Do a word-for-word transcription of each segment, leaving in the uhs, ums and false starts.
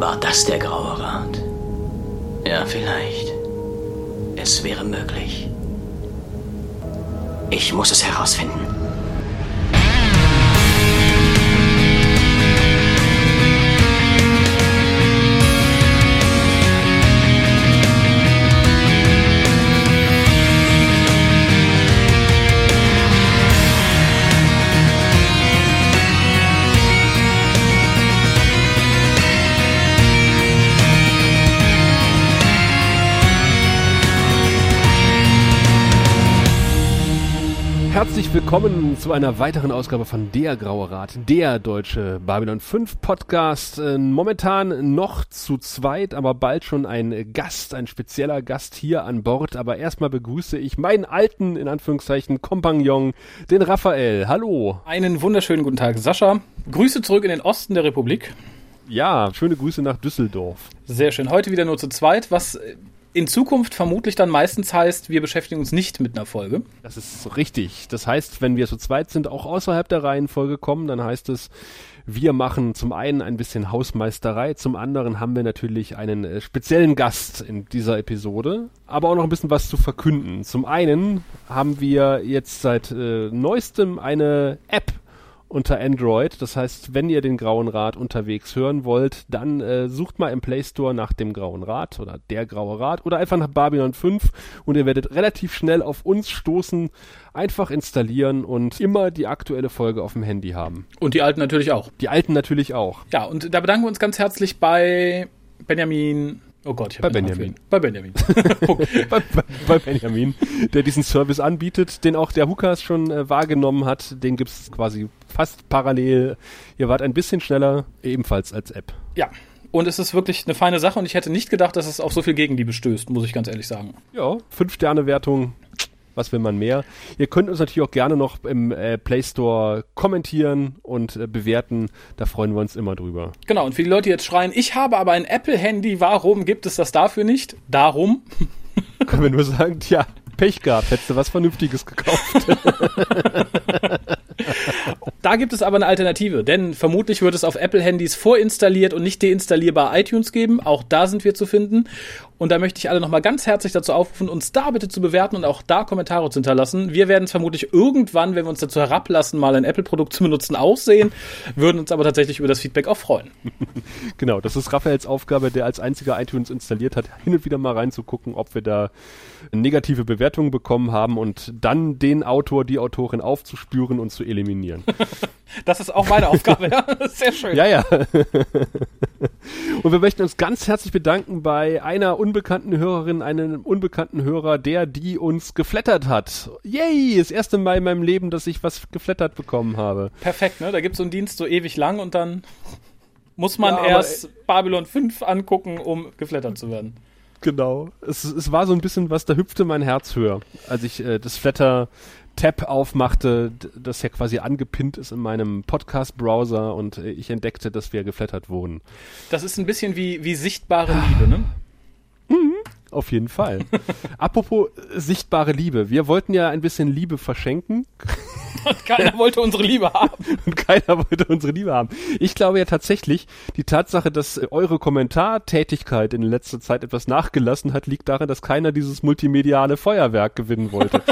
War das der Graue Rat? Ja, vielleicht. Es wäre möglich. Ich muss es herausfinden. Herzlich willkommen zu einer weiteren Ausgabe von Der Graue Rat, der deutsche Babylon fünf Podcast. Äh, momentan noch zu zweit, aber bald schon ein Gast, ein spezieller Gast hier an Bord. Aber erstmal begrüße ich meinen alten, in Anführungszeichen, Kompagnon, den Raphael. Hallo. Einen wunderschönen guten Tag, Sascha. Grüße zurück in den Osten der Republik. Ja, schöne Grüße nach Düsseldorf. Sehr schön. Heute wieder nur zu zweit, was in Zukunft vermutlich dann meistens heißt, wir beschäftigen uns nicht mit einer Folge. Das ist richtig. Das heißt, wenn wir zu zweit sind, auch außerhalb der Reihenfolge kommen, dann heißt es, wir machen zum einen ein bisschen Hausmeisterei, zum anderen haben wir natürlich einen äh, speziellen Gast in dieser Episode, aber auch noch ein bisschen was zu verkünden. Zum einen haben wir jetzt seit äh, neuestem eine App unter Android. Das heißt, wenn ihr den Grauen Rat unterwegs hören wollt, dann äh, sucht mal im Play Store nach dem Grauen Rat oder der Graue Rat oder einfach nach Babylon fünf und ihr werdet relativ schnell auf uns stoßen, einfach installieren und immer die aktuelle Folge auf dem Handy haben. Und die alten natürlich auch. Die alten natürlich auch. Ja, und da bedanken wir uns ganz herzlich bei Benjamin... Oh Gott, ich habe bei Benjamin. Bei Benjamin. bei, bei, bei Benjamin, der diesen Service anbietet, den auch der Hukas schon äh, wahrgenommen hat. Den gibt's quasi fast parallel. Ihr wart ein bisschen schneller, ebenfalls als App. Ja, und es ist wirklich eine feine Sache und ich hätte nicht gedacht, dass es auf so viel Gegenliebe stößt, muss ich ganz ehrlich sagen. Ja, fünf Sterne Wertung. Was will man mehr? Ihr könnt uns natürlich auch gerne noch im äh, Play Store kommentieren und äh, bewerten. Da freuen wir uns immer drüber. Genau, und für die Leute, die jetzt schreien, ich habe aber ein Apple-Handy, warum gibt es das dafür nicht? Darum. Können wir nur sagen, tja, Pech gehabt, hättest du was Vernünftiges gekauft. Da gibt es aber eine Alternative, denn vermutlich wird es auf Apple-Handys vorinstalliert und nicht deinstallierbar iTunes geben. Auch da sind wir zu finden. Und da möchte ich alle nochmal ganz herzlich dazu aufrufen, uns da bitte zu bewerten und auch da Kommentare zu hinterlassen. Wir werden es vermutlich irgendwann, wenn wir uns dazu herablassen, mal ein Apple-Produkt zu benutzen, auch sehen, würden uns aber tatsächlich über das Feedback auch freuen. Genau, das ist Raphaels Aufgabe, der als einziger iTunes installiert hat, hin und wieder mal reinzugucken, ob wir da negative Bewertungen bekommen haben und dann den Autor, die Autorin aufzuspüren und zu eliminieren. Das ist auch meine Aufgabe, ja. Sehr schön. Ja, ja. Und wir möchten uns ganz herzlich bedanken bei einer unbekannten Hörerin, einem unbekannten Hörer, der, die uns geflattert hat. Yay! Das erste Mal in meinem Leben, dass ich was geflattert bekommen habe. Perfekt, ne? Da gibt es so einen Dienst so ewig lang und dann muss man ja, erst aber, Babylon fünf angucken, um geflattert zu werden. Genau. Es, es war so ein bisschen was, da hüpfte mein Herz höher, als ich äh, das Flatter-Tab aufmachte, das ja quasi angepinnt ist in meinem Podcast-Browser und äh, ich entdeckte, dass wir geflattert wurden. Das ist ein bisschen wie, wie sichtbare Liebe, ne? Mhm. Auf jeden Fall. Apropos äh, sichtbare Liebe. Wir wollten ja ein bisschen Liebe verschenken. Und keiner wollte unsere Liebe haben. Und keiner wollte unsere Liebe haben. Ich glaube ja tatsächlich, die Tatsache, dass eure Kommentartätigkeit in letzter Zeit etwas nachgelassen hat, liegt daran, dass keiner dieses multimediale Feuerwerk gewinnen wollte.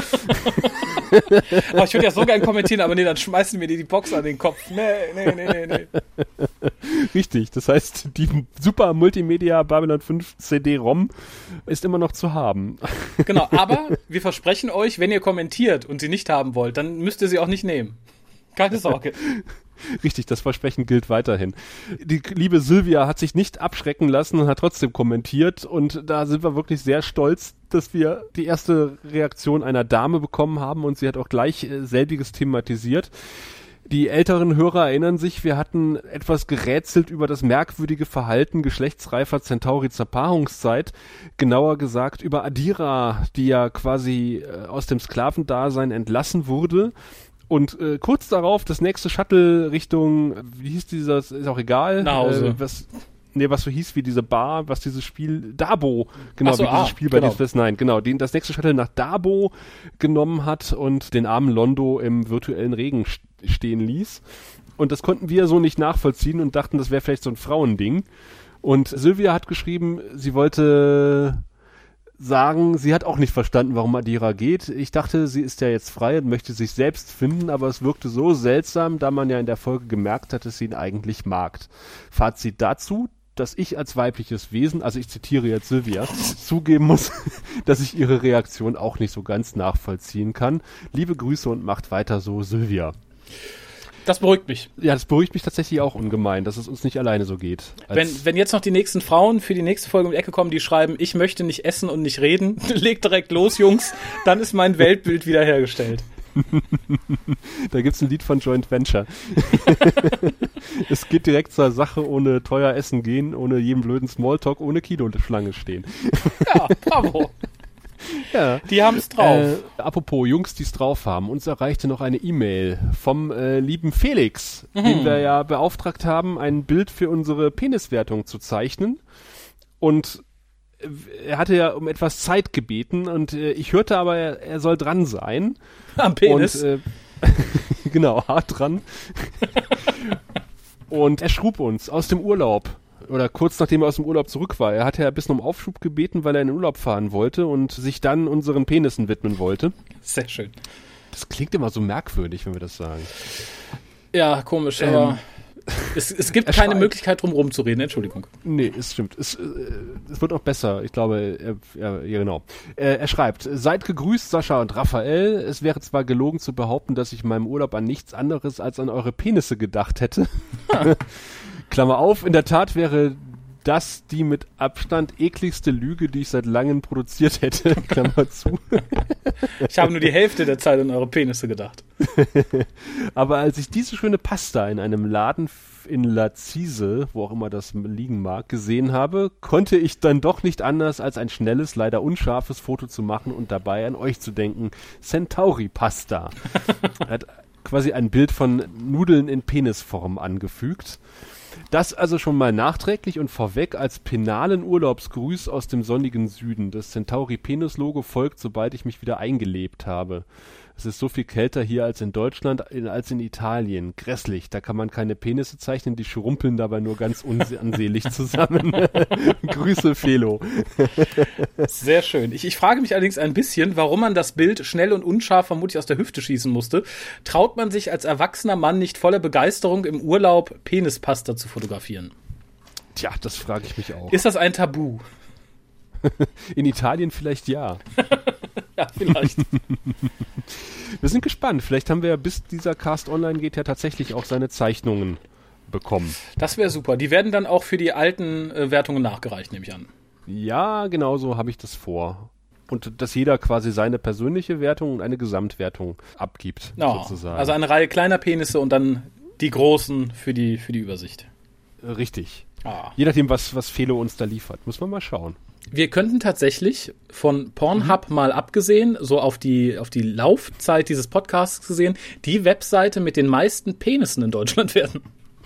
Oh, ich würde ja so gern kommentieren, aber nee, dann schmeißen wir dir die Box an den Kopf. Nee, nee, nee, nee, nee. Richtig, das heißt, die super Multimedia Babylon fünf C D-ROM ist immer noch zu haben. Genau, aber wir versprechen euch, wenn ihr kommentiert und sie nicht haben wollt, dann müsst ihr sie auch nicht nehmen. Keine Sorge. Richtig, das Versprechen gilt weiterhin. Die liebe Sylvia hat sich nicht abschrecken lassen und hat trotzdem kommentiert und da sind wir wirklich sehr stolz, dass wir die erste Reaktion einer Dame bekommen haben und sie hat auch gleich äh, selbiges thematisiert. Die älteren Hörer erinnern sich, wir hatten etwas gerätselt über das merkwürdige Verhalten geschlechtsreifer Centauri zur Paarungszeit. Genauer gesagt über Adira, die ja quasi äh, aus dem Sklavendasein entlassen wurde. Und äh, kurz darauf das nächste Shuttle Richtung, wie hieß dieses, ist auch egal. Nach Hause. Äh, was, nee, was so hieß wie diese Bar, was dieses Spiel, Dabo, genau, so, wie dieses ah, Spiel bei genau. Death Nine, genau, den das nächste Shuttle nach Dabo genommen hat und den armen Londo im virtuellen Regen st- stehen ließ. Und das konnten wir so nicht nachvollziehen und dachten, das wäre vielleicht so ein Frauending. Und Sylvia hat geschrieben, sie wollte sagen, sie hat auch nicht verstanden, warum Adira geht. Ich dachte, sie ist ja jetzt frei und möchte sich selbst finden, aber es wirkte so seltsam, da man ja in der Folge gemerkt hat, dass sie ihn eigentlich mag. Fazit dazu, dass ich als weibliches Wesen, also ich zitiere jetzt Sylvia, zugeben muss, dass ich ihre Reaktion auch nicht so ganz nachvollziehen kann. Liebe Grüße und macht weiter so, Sylvia. Das beruhigt mich. Ja, das beruhigt mich tatsächlich auch ungemein, dass es uns nicht alleine so geht. Wenn, wenn jetzt noch die nächsten Frauen für die nächste Folge um die Ecke kommen, die schreiben, ich möchte nicht essen und nicht reden, legt direkt los, Jungs, dann ist mein Weltbild wiederhergestellt. Da gibt's ein Lied von Joint Venture. Es geht direkt zur Sache, ohne teuer essen gehen, ohne jeden blöden Smalltalk, ohne Kinoschlange stehen. Ja, bravo. Ja. Die haben's drauf. Äh, apropos Jungs, die's drauf haben. Uns erreichte noch eine E-Mail vom äh, lieben Felix, mhm. den wir ja beauftragt haben, ein Bild für unsere Peniswertung zu zeichnen. Und äh, er hatte ja um etwas Zeit gebeten und äh, ich hörte aber, er, er soll dran sein. Am Penis? Und, äh, genau, hart dran. Und er schrub uns aus dem Urlaub. Oder kurz nachdem er aus dem Urlaub zurück war. Er hatte ja ein bisschen um Aufschub gebeten, weil er in den Urlaub fahren wollte und sich dann unseren Penissen widmen wollte. Sehr schön. Das klingt immer so merkwürdig, wenn wir das sagen. Ja, komisch, ähm, aber es, es gibt keine Möglichkeit, drum rumzureden. Entschuldigung. Nee, es stimmt. Es, äh, es wird auch besser. Ich glaube, er, er, ja genau. Äh, er schreibt, seid gegrüßt, Sascha und Raphael. Es wäre zwar gelogen zu behaupten, dass ich in meinem Urlaub an nichts anderes als an eure Penisse gedacht hätte. Klammer auf, in der Tat wäre das die mit Abstand ekligste Lüge, die ich seit langem produziert hätte. Klammer zu. Ich habe nur die Hälfte der Zeit an eure Penisse gedacht. Aber als ich diese schöne Pasta in einem Laden in Lazise, wo auch immer das liegen mag, gesehen habe, konnte ich dann doch nicht anders, als ein schnelles, leider unscharfes Foto zu machen und dabei an euch zu denken. Centauri-Pasta. Er hat quasi ein Bild von Nudeln in Penisform angefügt. Das also schon mal nachträglich und vorweg als penalen Urlaubsgruß aus dem sonnigen Süden. Das Centauri-Penis-Logo folgt, sobald ich mich wieder eingelebt habe. Es ist so viel kälter hier als in Deutschland, in, als in Italien. Grässlich, da kann man keine Penisse zeichnen, die schrumpeln dabei nur ganz unselig zusammen. Grüße, Felo. Sehr schön. Ich, ich frage mich allerdings ein bisschen, warum man das Bild schnell und unscharf vermutlich aus der Hüfte schießen musste. Traut man sich als erwachsener Mann nicht voller Begeisterung im Urlaub Penispasta zu fotografieren? Tja, das frage ich mich auch. Ist das ein Tabu? In Italien vielleicht ja. Ja, vielleicht. Wir sind gespannt. Vielleicht haben wir, bis dieser Cast online geht, ja tatsächlich auch seine Zeichnungen bekommen. Das wäre super. Die werden dann auch für die alten äh, Wertungen nachgereicht, nehme ich an. Ja, genau so habe ich das vor. Und dass jeder quasi seine persönliche Wertung und eine Gesamtwertung abgibt, oh, sozusagen. Also eine Reihe kleiner Penisse und dann die großen für die, für die Übersicht. Richtig. Ah. Je nachdem, was, was Felo uns da liefert. Muss man mal schauen. Wir könnten tatsächlich von Pornhub mhm. mal abgesehen, so auf die, auf die Laufzeit dieses Podcasts gesehen, die Webseite mit den meisten Penissen in Deutschland werden.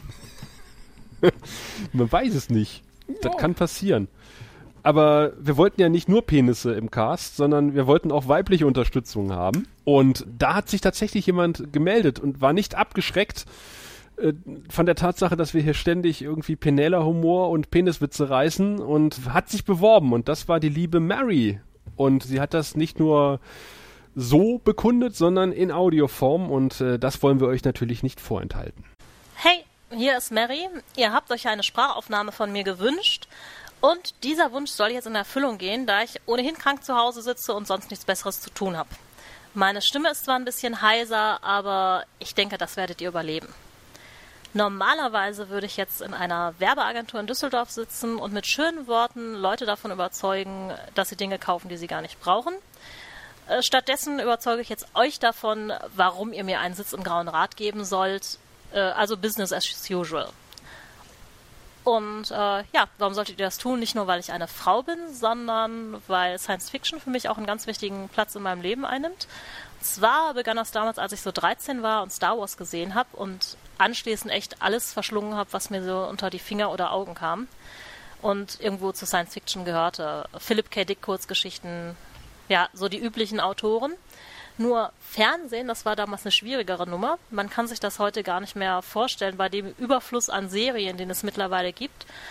Man weiß es nicht. Das ja. kann passieren. Aber wir wollten ja nicht nur Penisse im Cast, sondern wir wollten auch weibliche Unterstützung haben. Und da hat sich tatsächlich jemand gemeldet und war nicht abgeschreckt von der Tatsache, dass wir hier ständig irgendwie penäler Humor und Peniswitze reißen, und hat sich beworben, und das war die liebe Mary. Und sie hat das nicht nur so bekundet, sondern in Audioform, und äh, das wollen wir euch natürlich nicht vorenthalten. Hey, hier ist Mary. Ihr habt euch eine Sprachaufnahme von mir gewünscht, und dieser Wunsch soll jetzt in Erfüllung gehen, da ich ohnehin krank zu Hause sitze und sonst nichts Besseres zu tun habe. Meine Stimme ist zwar ein bisschen heiser, aber ich denke, das werdet ihr überleben. Normalerweise würde ich jetzt in einer Werbeagentur in Düsseldorf sitzen und mit schönen Worten Leute davon überzeugen, dass sie Dinge kaufen, die sie gar nicht brauchen. Stattdessen überzeuge ich jetzt euch davon, warum ihr mir einen Sitz im Grauen Rat geben sollt, also Business as usual. Und äh, ja, warum solltet ihr das tun? Nicht nur, weil ich eine Frau bin, sondern weil Science Fiction für mich auch einen ganz wichtigen Platz in meinem Leben einnimmt. Zwar begann das damals, als ich so dreizehn war und Star Wars gesehen habe und anschließend echt alles verschlungen habe, was mir so unter die Finger oder Augen kam und irgendwo zu Science Fiction gehörte. Philip K. Dick Kurzgeschichten, ja, so die üblichen Autoren. Nur Fernsehen, das war damals eine schwierigere Nummer. Man kann sich das heute gar nicht mehr vorstellen, bei dem Überfluss an Serien, den es mittlerweile gibt.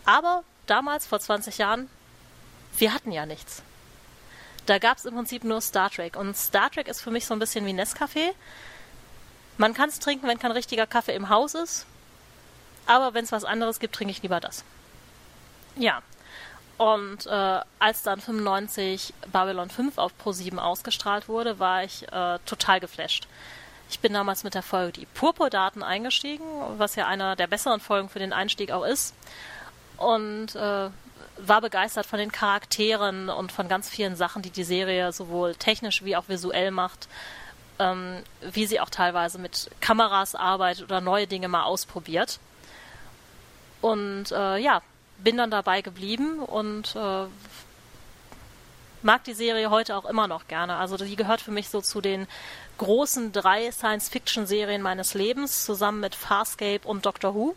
Aber damals, vor zwanzig Jahren, wir hatten ja nichts. Da gab es im Prinzip nur Star Trek. Und Star Trek ist für mich so ein bisschen wie Nescafé. Man kann es trinken, wenn kein richtiger Kaffee im Haus ist. Aber wenn es was anderes gibt, trinke ich lieber das. Ja. Und äh, als dann fünfundneunzig Babylon fünf auf Pro sieben ausgestrahlt wurde, war ich äh, total geflasht. Ich bin damals mit der Folge Die Purpurdaten eingestiegen, was ja einer der besseren Folgen für den Einstieg auch ist. Und äh, war begeistert von den Charakteren und von ganz vielen Sachen, die die Serie sowohl technisch wie auch visuell macht. Ähm, wie sie auch teilweise mit Kameras arbeitet oder neue Dinge mal ausprobiert. Und äh, ja, bin dann dabei geblieben und äh, mag die Serie heute auch immer noch gerne. Also die gehört für mich so zu den großen drei Science-Fiction-Serien meines Lebens, zusammen mit Farscape und Doctor Who.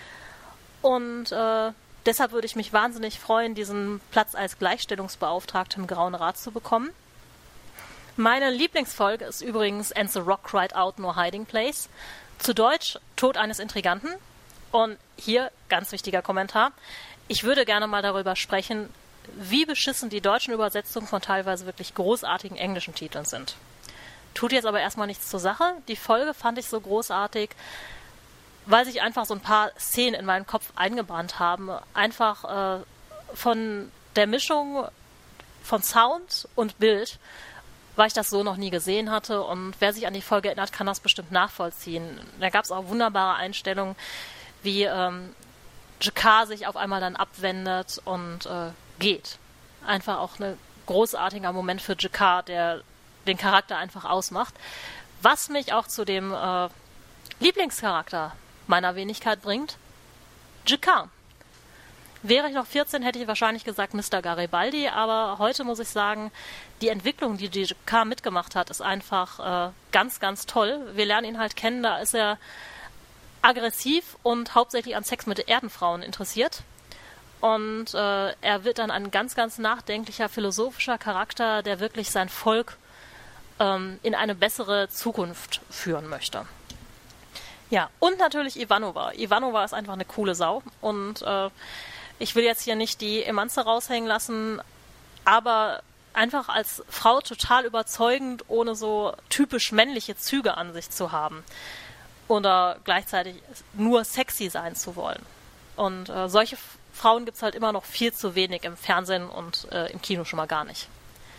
Und äh, deshalb würde ich mich wahnsinnig freuen, diesen Platz als Gleichstellungsbeauftragte im Grauen Rat zu bekommen. Meine Lieblingsfolge ist übrigens And the Rock Cried Out No Hiding Place. Zu Deutsch Tod eines Intriganten. Und hier, ganz wichtiger Kommentar, ich würde gerne mal darüber sprechen, wie beschissen die deutschen Übersetzungen von teilweise wirklich großartigen englischen Titeln sind. Tut jetzt aber erstmal nichts zur Sache. Die Folge fand ich so großartig, weil sich einfach so ein paar Szenen in meinen Kopf eingebrannt haben. Einfach äh, von der Mischung von Sound und Bild, weil ich das so noch nie gesehen hatte. Und wer sich an die Folge erinnert, kann das bestimmt nachvollziehen. Da gab es auch wunderbare Einstellungen, wie ähm, G'Kar sich auf einmal dann abwendet und äh, geht. Einfach auch ein großartiger Moment für G'Kar, der den Charakter einfach ausmacht. Was mich auch zu dem äh, Lieblingscharakter meiner Wenigkeit bringt, G'Kar. Wäre ich noch vierzehn, hätte ich wahrscheinlich gesagt Mister Garibaldi, aber heute muss ich sagen, die Entwicklung, die G'Kar mitgemacht hat, ist einfach äh, ganz, ganz toll. Wir lernen ihn halt kennen, da ist er aggressiv und hauptsächlich an Sex mit Erdenfrauen interessiert. Und äh, er wird dann ein ganz, ganz nachdenklicher, philosophischer Charakter, der wirklich sein Volk ähm, in eine bessere Zukunft führen möchte. Ja, und natürlich Ivanova. Ivanova ist einfach eine coole Sau und äh, ich will jetzt hier nicht die Emanze raushängen lassen, aber einfach als Frau total überzeugend, ohne so typisch männliche Züge an sich zu haben. Oder gleichzeitig nur sexy sein zu wollen. Und äh, solche F- Frauen gibt es halt immer noch viel zu wenig im Fernsehen und äh, im Kino schon mal gar nicht.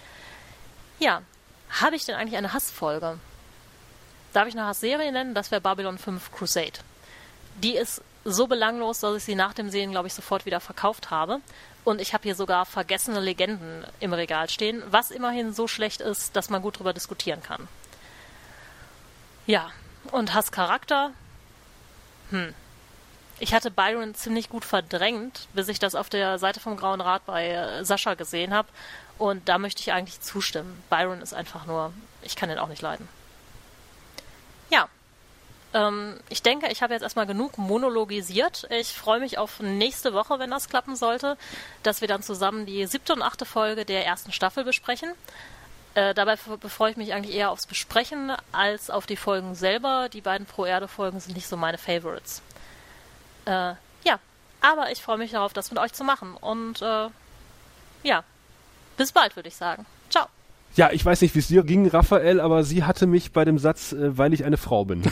Ja, habe ich denn eigentlich eine Hassfolge? Darf ich eine Hassserie nennen? Das wäre Babylon fünf Crusade. Die ist so belanglos, dass ich sie nach dem Sehen, glaube ich, sofort wieder verkauft habe. Und ich habe hier sogar vergessene Legenden im Regal stehen, was immerhin so schlecht ist, dass man gut drüber diskutieren kann. Ja, und Hasscharakter? Hm. Ich hatte Byron ziemlich gut verdrängt, bis ich das auf der Seite vom Grauen Rat bei äh, Sascha gesehen habe. Und da möchte ich eigentlich zustimmen. Byron ist einfach nur, ich kann den auch nicht leiden. Ja, ähm, ich denke, ich habe jetzt erstmal genug monologisiert. Ich freue mich auf nächste Woche, wenn das klappen sollte, dass wir dann zusammen die siebte und achte Folge der ersten Staffel besprechen. Äh, dabei freue ich mich eigentlich eher aufs Besprechen als auf die Folgen selber. Die beiden Pro-Erde-Folgen sind nicht so meine Favorites. Äh, ja, aber ich freue mich darauf, das mit euch zu machen. Und äh, ja, bis bald, würde ich sagen. Ciao. Ja, ich weiß nicht, wie es dir ging, Raphael, aber sie hatte mich bei dem Satz, äh, weil ich eine Frau bin.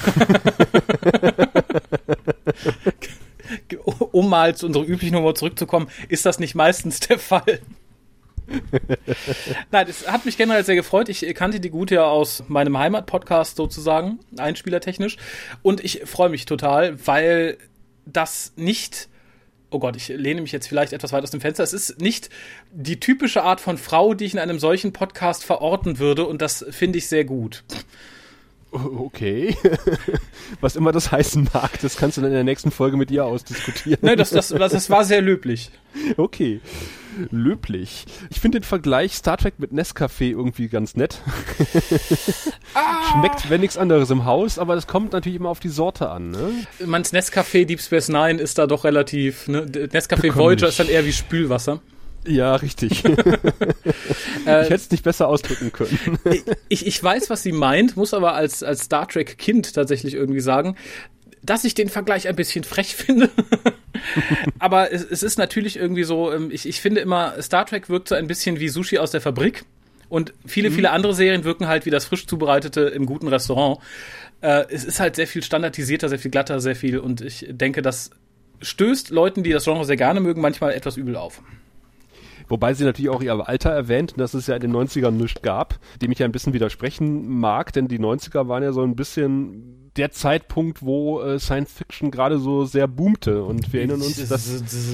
Um mal zu unserer üblichen Nummer zurückzukommen, ist das nicht meistens der Fall? Nein, es hat mich generell sehr gefreut. Ich kannte die Gute ja aus meinem Heimat-Podcast sozusagen, einspielertechnisch. Und ich freue mich total, weil das nicht, oh Gott, ich lehne mich jetzt vielleicht etwas weit aus dem Fenster, es ist nicht die typische Art von Frau, die ich in einem solchen Podcast verorten würde. Und das finde ich sehr gut. Okay. Was immer das heißen mag, das kannst du dann in der nächsten Folge mit ihr ausdiskutieren. Nein, das, das, das war sehr löblich. Okay. Löblich. Ich finde den Vergleich Star Trek mit Nescafé irgendwie ganz nett. Ah. Schmeckt, wenn nichts anderes im Haus, aber das kommt natürlich immer auf die Sorte an, ne? Manns Nescafé Deep Space Nine ist da doch relativ, ne? Nescafé Voyager ist dann eher wie Spülwasser. Ja, richtig. Ich hätte es nicht besser ausdrücken können. ich, ich weiß, was sie meint, muss aber als, als Star Trek-Kind tatsächlich irgendwie sagen, dass ich den Vergleich ein bisschen frech finde. Aber es, es ist natürlich irgendwie so, ich, ich finde immer, Star Trek wirkt so ein bisschen wie Sushi aus der Fabrik. Und viele, mhm. viele andere Serien wirken halt wie das frisch zubereitete im guten Restaurant. Äh, es ist halt sehr viel standardisierter, sehr viel glatter, sehr viel. Und ich denke, das stößt Leuten, die das Genre sehr gerne mögen, manchmal etwas übel auf. Wobei sie natürlich auch ihr Alter erwähnt, dass es ja in den neunzigern nichts gab, dem ich ja ein bisschen widersprechen mag, denn die neunziger waren ja so ein bisschen der Zeitpunkt, wo äh, Science Fiction gerade so sehr boomte. Und wir erinnern uns, dass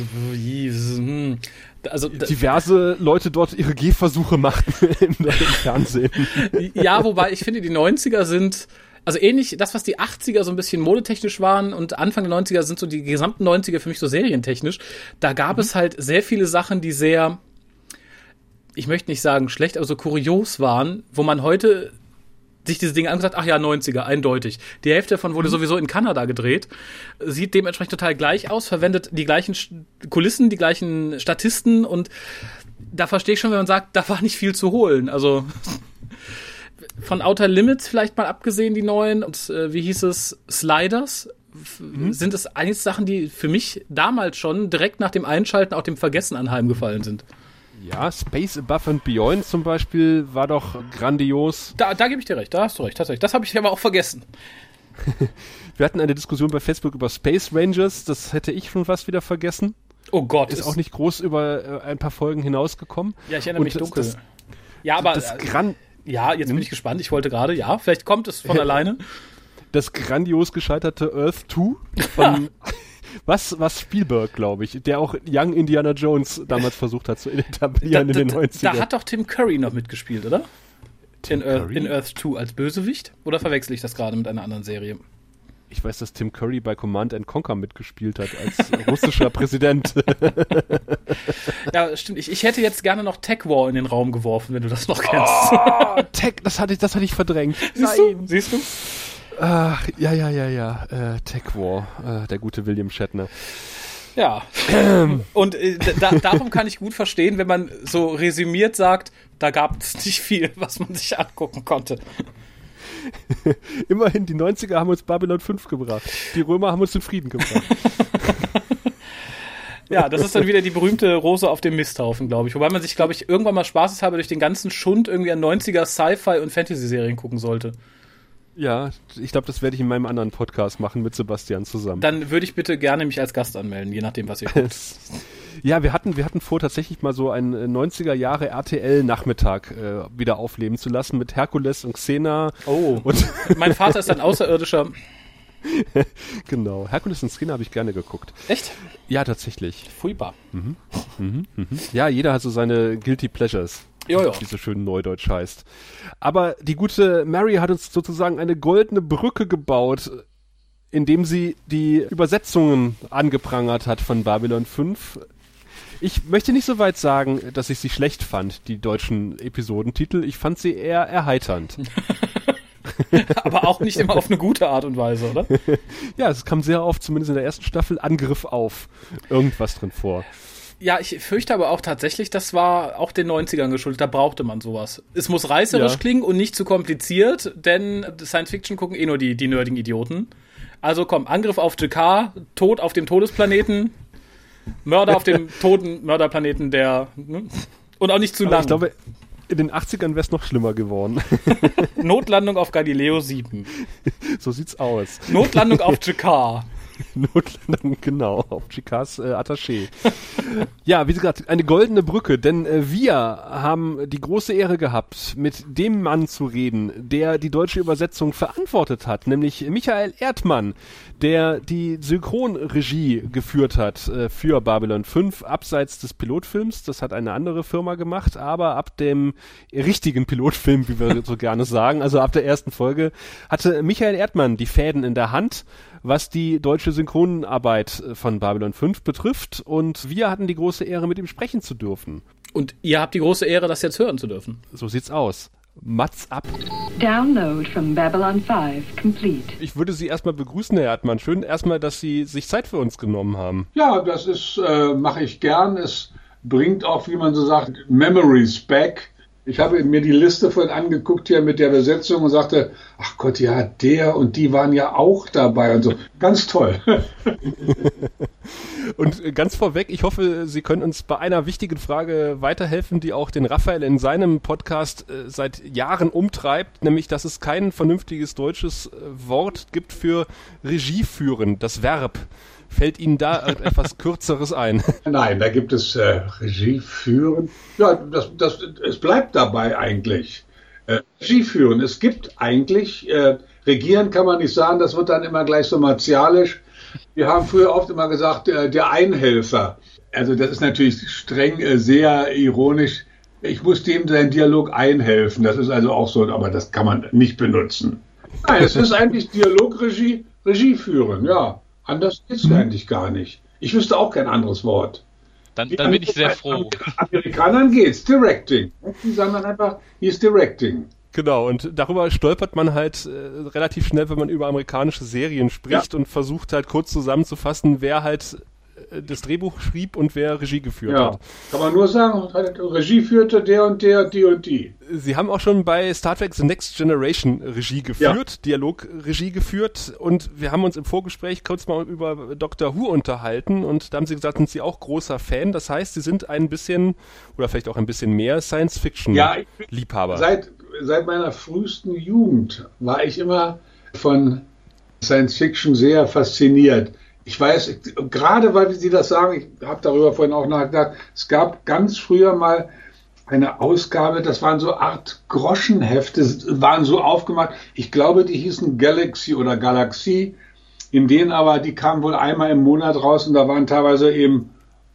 also, diverse Leute dort ihre Gehversuche machten im, im Fernsehen. Ja, wobei ich finde, die neunziger sind... Also ähnlich, das, was die achtziger so ein bisschen modetechnisch waren und Anfang der neunziger sind so die gesamten neunziger für mich so serientechnisch. Da gab mhm. es halt sehr viele Sachen, die sehr, ich möchte nicht sagen schlecht, aber so kurios waren, wo man heute sich diese Dinge angesagt, ach ja, neunziger, eindeutig. Die Hälfte davon wurde mhm. sowieso in Kanada gedreht, sieht dementsprechend total gleich aus, verwendet die gleichen Kulissen, die gleichen Statisten und da verstehe ich schon, wenn man sagt, da war nicht viel zu holen. Also von Outer Limits vielleicht mal abgesehen, die neuen, und äh, wie hieß es, Sliders, f- mhm. sind es eigentlich Sachen, die für mich damals schon direkt nach dem Einschalten auch dem Vergessen anheimgefallen sind. Ja, Space Above and Beyond zum Beispiel war doch grandios. Da, da gebe ich dir recht, da hast du recht, tatsächlich. Das habe ich aber auch vergessen. Wir hatten eine Diskussion bei Facebook über Space Rangers, das hätte ich schon fast wieder vergessen. Oh Gott. Ist, ist auch nicht groß über äh, ein paar Folgen hinausgekommen. Ja, ich erinnere mich das, dunkel. Das, ja, aber... Das Gran- Ja, jetzt bin ich gespannt. Ich wollte gerade, ja, vielleicht kommt es von alleine. Das grandios gescheiterte Earth zwei von, was, was Spielberg, glaube ich, der auch Young Indiana Jones damals versucht hat zu etablieren da, da, in den neunzigern. Da hat doch Tim Curry noch mitgespielt, oder? In Earth, in Earth zwei als Bösewicht? Oder verwechsel ich das gerade mit einer anderen Serie? Ich weiß, dass Tim Curry bei Command and Conquer mitgespielt hat, als russischer Präsident. Ja, stimmt. Ich, ich hätte jetzt gerne noch Tech War in den Raum geworfen, wenn du das noch kennst. Oh, Tech, das hatte ich, das hatte ich verdrängt. Siehst Nein. du? Siehst du? Ach, ja, ja, ja, ja. Äh, Tech War, äh, der gute William Shatner. Ja. Und äh, da, darum kann ich gut verstehen, wenn man so resümiert sagt, da gab es nicht viel, was man sich angucken konnte. Immerhin, die neunziger haben uns Babylon fünf gebracht. Die Römer haben uns den Frieden gebracht. Ja, das ist dann wieder die berühmte Rose auf dem Misthaufen, glaube ich. Wobei man sich, glaube ich, irgendwann mal spaßeshalber durch den ganzen Schund irgendwie an neunziger Sci-Fi- und Fantasy-Serien gucken sollte. Ja, ich glaube, das werde ich in meinem anderen Podcast machen mit Sebastian zusammen. Dann würde ich bitte gerne mich als Gast anmelden, je nachdem, was ihr guckt. Ja, wir hatten, wir hatten vor, tatsächlich mal so einen neunziger Jahre R T L-Nachmittag äh, wieder aufleben zu lassen mit Herkules und Xena. Oh, und mein Vater ist ein Außerirdischer. Genau, Herkules und Xena habe ich gerne geguckt. Echt? Ja, tatsächlich. Furchtbar. Mhm. Mhm. Mhm. Ja, jeder hat so seine Guilty Pleasures. Ja, ja. Wie so schön neudeutsch heißt. Aber die gute Mary hat uns sozusagen eine goldene Brücke gebaut, indem sie die Übersetzungen angeprangert hat von Babylon fünf. Ich möchte nicht so weit sagen, dass ich sie schlecht fand, die deutschen Episodentitel. Ich fand sie eher erheiternd. Aber auch nicht immer auf eine gute Art und Weise, oder? Ja, es kam sehr oft, zumindest in der ersten Staffel, Angriff auf irgendwas drin vor. Ja, ich fürchte aber auch tatsächlich, das war auch den neunzigern geschuldet, da brauchte man sowas. Es muss reißerisch ja. klingen und nicht zu kompliziert, denn Science Fiction gucken eh nur die, die nerdigen Idioten. Also komm, Angriff auf Jakar, Tod auf dem Todesplaneten, Mörder auf dem toten Mörderplaneten, der... Ne? Und auch nicht zu aber lang. Ich glaube, in den achtzigern wäre es noch schlimmer geworden. Notlandung auf Galileo sieben. So sieht's aus. Notlandung auf Jakar. Notlandung, genau, auf Jakars äh, Attaché. Ja, wie gesagt, eine goldene Brücke, denn äh, wir haben die große Ehre gehabt, mit dem Mann zu reden, der die deutsche Übersetzung verantwortet hat, nämlich Michael Erdmann, der die Synchronregie geführt hat äh, für Babylon fünf, abseits des Pilotfilms. Das hat eine andere Firma gemacht, aber ab dem richtigen Pilotfilm, wie wir so gerne sagen, also ab der ersten Folge, hatte Michael Erdmann die Fäden in der Hand, was die deutsche Synchronarbeit von Babylon fünf betrifft, und wir hatten die große Ehre, mit ihm sprechen zu dürfen. Und ihr habt die große Ehre, das jetzt hören zu dürfen. So sieht's aus. Mats ab. Download from Babylon fünf complete. Ich würde Sie erstmal begrüßen, Herr Erdmann. Schön erstmal, dass Sie sich Zeit für uns genommen haben. Ja, das ist, äh, mache ich gern. Es bringt auch, wie man so sagt, Memories back. Ich habe mir die Liste vorhin angeguckt hier mit der Besetzung und sagte, ach Gott, ja, der und die waren ja auch dabei und so. Ganz toll. Und ganz vorweg, ich hoffe, Sie können uns bei einer wichtigen Frage weiterhelfen, die auch den Raphael in seinem Podcast äh, seit Jahren umtreibt, nämlich, dass es kein vernünftiges deutsches äh, Wort gibt für Regie führen, das Verb. Fällt Ihnen da etwas Kürzeres ein? Nein, da gibt es äh, Regie führen. Ja, das, das, es bleibt dabei eigentlich. Äh, Regie führen. Es gibt eigentlich, äh, regieren kann man nicht sagen, das wird dann immer gleich so martialisch. Wir haben früher oft immer gesagt, äh, der Einhelfer. Also das ist natürlich streng, äh, sehr ironisch. Ich muss dem seinen Dialog einhelfen. Das ist also auch so, aber das kann man nicht benutzen. Nein, es ist eigentlich Dialogregie, Regie führen, ja. Anders ist es eigentlich gar nicht. Ich wüsste auch kein anderes Wort. Dann, dann bin ich sehr froh. Amerikanern geht's, Directing. Die sagen dann einfach, hier ist Directing. Genau, und darüber stolpert man halt äh, relativ schnell, wenn man über amerikanische Serien spricht ja. und versucht halt kurz zusammenzufassen, wer halt äh, das Drehbuch schrieb und wer Regie geführt ja. hat. Kann man nur sagen, Regie führte der und der, die und die. Sie haben auch schon bei Star Trek The Next Generation Regie geführt, ja. Dialogregie geführt, und wir haben uns im Vorgespräch kurz mal über Doctor Who unterhalten, und da haben Sie gesagt, sind Sie auch großer Fan, das heißt, Sie sind ein bisschen, oder vielleicht auch ein bisschen mehr Science-Fiction-Liebhaber. Ja, seit, seit meiner frühesten Jugend war ich immer von Science-Fiction sehr fasziniert. Ich weiß, gerade weil Sie das sagen, ich habe darüber vorhin auch nachgedacht, es gab ganz früher mal eine Ausgabe, das waren so Art Groschenhefte, waren so aufgemacht, ich glaube, die hießen Galaxy oder Galaxie, in denen aber, die kamen wohl einmal im Monat raus, und da waren teilweise eben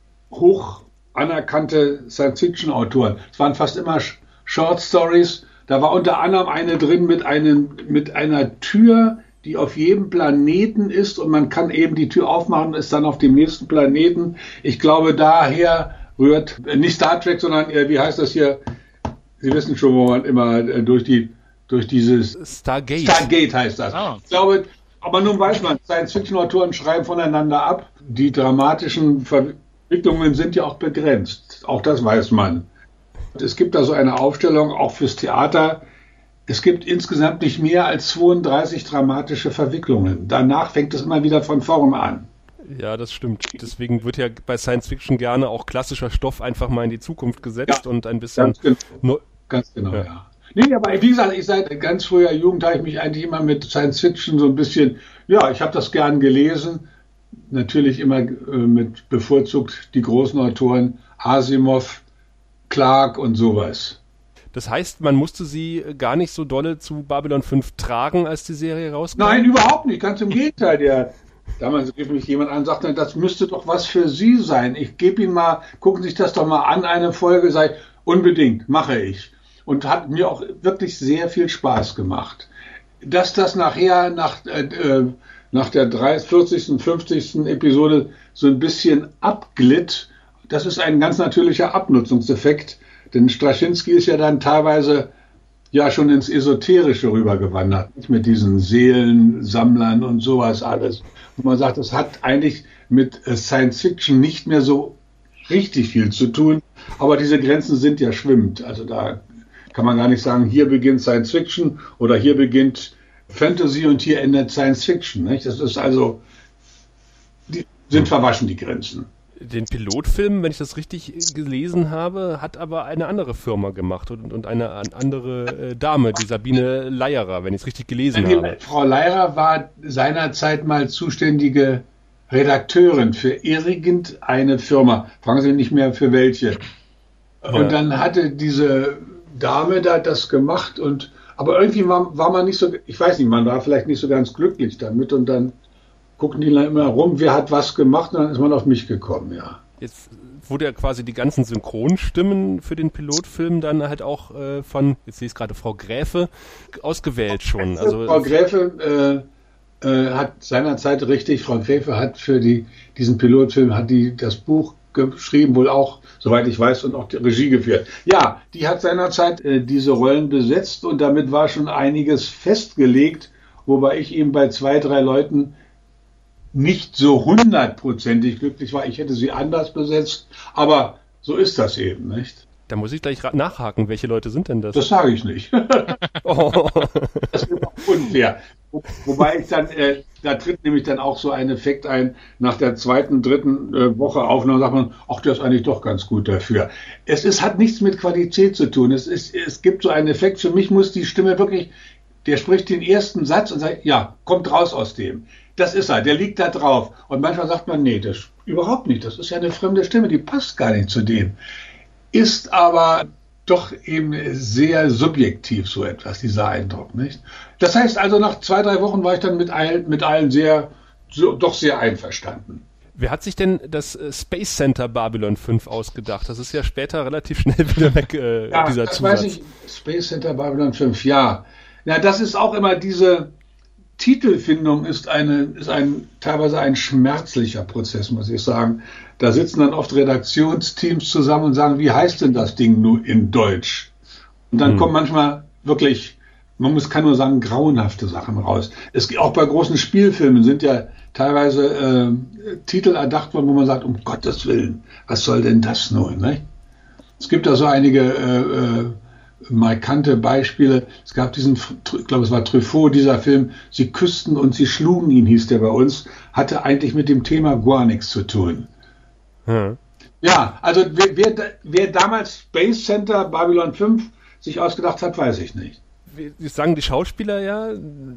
hoch anerkannte Science-Fiction-Autoren. Es waren fast immer Short Stories, da war unter anderem eine drin mit, einem, mit einer Tür, die auf jedem Planeten ist, und man kann eben die Tür aufmachen und ist dann auf dem nächsten Planeten. Ich glaube, daher rührt nicht Star Trek, sondern äh, wie heißt das hier? Sie wissen schon, wo man immer äh, durch die durch dieses Stargate. Stargate heißt das. Oh. Ich glaube, aber nun weiß man, Science-Fiction-Autoren schreiben voneinander ab. Die dramatischen Verwicklungen sind ja auch begrenzt. Auch das weiß man. Es gibt da so eine Aufstellung, auch fürs Theater. Es gibt insgesamt nicht mehr als zweiunddreißig dramatische Verwicklungen. Danach fängt es immer wieder von vorn an. Ja, das stimmt. Deswegen wird ja bei Science Fiction gerne auch klassischer Stoff einfach mal in die Zukunft gesetzt ja, und ein bisschen... Ganz genau, no- ganz genau ja. ja. Nee, aber wie gesagt, ich seit ganz früher Jugend habe ich mich eigentlich immer mit Science Fiction so ein bisschen... Ja, ich habe das gern gelesen. Natürlich immer äh, mit bevorzugt die großen Autoren Asimov, Clarke und sowas. Das heißt, man musste sie gar nicht so dolle zu Babylon fünf tragen, als die Serie rauskam? Nein, überhaupt nicht. Ganz im Gegenteil. Der, damals rief mich jemand an und sagte, das müsste doch was für Sie sein. Ich gebe Ihnen mal, gucken Sie sich das doch mal an, eine Folge. Sei unbedingt, mache ich. Und hat mir auch wirklich sehr viel Spaß gemacht. Dass das nachher, nach, äh, nach der dreißigsten, vierzigsten, fünfzigsten Episode so ein bisschen abglitt, das ist ein ganz natürlicher Abnutzungseffekt. Denn Straczynski ist ja dann teilweise ja schon ins Esoterische rübergewandert, mit diesen Seelensammlern und sowas alles. Und man sagt, das hat eigentlich mit Science Fiction nicht mehr so richtig viel zu tun, aber diese Grenzen sind ja schwimmend. Also da kann man gar nicht sagen, hier beginnt Science Fiction oder hier beginnt Fantasy und hier endet Science Fiction. Nicht? Das ist also, die sind verwaschen, die Grenzen. Den Pilotfilm, wenn ich das richtig gelesen habe, hat aber eine andere Firma gemacht und, und eine andere äh, Dame, die Sabine Leierer, wenn ich es richtig gelesen die, habe. Frau Leierer war seinerzeit mal zuständige Redakteurin für irgendeine Firma. Fragen Sie nicht mehr für welche. Und ja. Dann hatte diese Dame da das gemacht, und aber irgendwie war, war man nicht so, ich weiß nicht, man war vielleicht nicht so ganz glücklich damit, und dann gucken die dann immer rum, wer hat was gemacht, und dann ist man auf mich gekommen, ja. Jetzt wurde ja quasi die ganzen Synchronstimmen für den Pilotfilm dann halt auch äh, von, jetzt sehe ich es gerade, Frau Gräfe ausgewählt schon. Also Frau Gräfe äh, äh, hat seinerzeit richtig, Frau Gräfe hat für die, diesen Pilotfilm, hat die das Buch geschrieben, wohl auch, soweit ich weiß, und auch die Regie geführt. Ja, die hat seinerzeit äh, diese Rollen besetzt, und damit war schon einiges festgelegt, wobei ich eben bei zwei, drei Leuten nicht so hundertprozentig glücklich war. Ich hätte sie anders besetzt, aber so ist das eben, nicht? Da muss ich gleich nachhaken. Welche Leute sind denn das? Das sage ich nicht. Oh. Das, unfair. Wo, wobei ich dann, äh, da tritt nämlich dann auch so ein Effekt ein, nach der zweiten, dritten äh, Woche Aufnahme sagt man, ach, der ist eigentlich doch ganz gut dafür. Es ist, hat nichts mit Qualität zu tun. Es ist, es gibt so einen Effekt, für mich muss die Stimme wirklich, der spricht den ersten Satz und sagt, ja, kommt raus aus dem. Das ist er, der liegt da drauf. Und manchmal sagt man, nee, das überhaupt nicht. Das ist ja eine fremde Stimme, die passt gar nicht zu dem. Ist aber doch eben sehr subjektiv so etwas, dieser Eindruck, nicht? Das heißt also, nach zwei, drei Wochen war ich dann mit allen, mit allen sehr, so, doch sehr einverstanden. Wer hat sich denn das Space Center Babylon fünf ausgedacht? Das ist ja später relativ schnell wieder weg, äh, ja, dieser das Zusatz. Weiß ich, Space Center Babylon fünf, ja. Ja, das ist auch immer diese Titelfindung ist eine, ist ein, teilweise ein schmerzlicher Prozess, muss ich sagen. Da sitzen dann oft Redaktionsteams zusammen und sagen, wie heißt denn das Ding nur in Deutsch? Und dann hm. kommen manchmal wirklich, man muss, kann nur sagen, grauenhafte Sachen raus. Es gibt auch bei großen Spielfilmen sind ja teilweise äh, Titel erdacht worden, wo man sagt, um Gottes Willen, was soll denn das nun? Ne? Es gibt da so einige äh, äh, markante Beispiele. Es gab diesen, ich glaube, es war Truffaut, dieser Film, Sie küssten und sie schlugen ihn, hieß der bei uns, hatte eigentlich mit dem Thema gar nichts zu tun. Hm. Ja, also wer, wer, wer damals Space Center Babylon fünf sich ausgedacht hat, weiß ich nicht. Wie sagen die Schauspieler ja,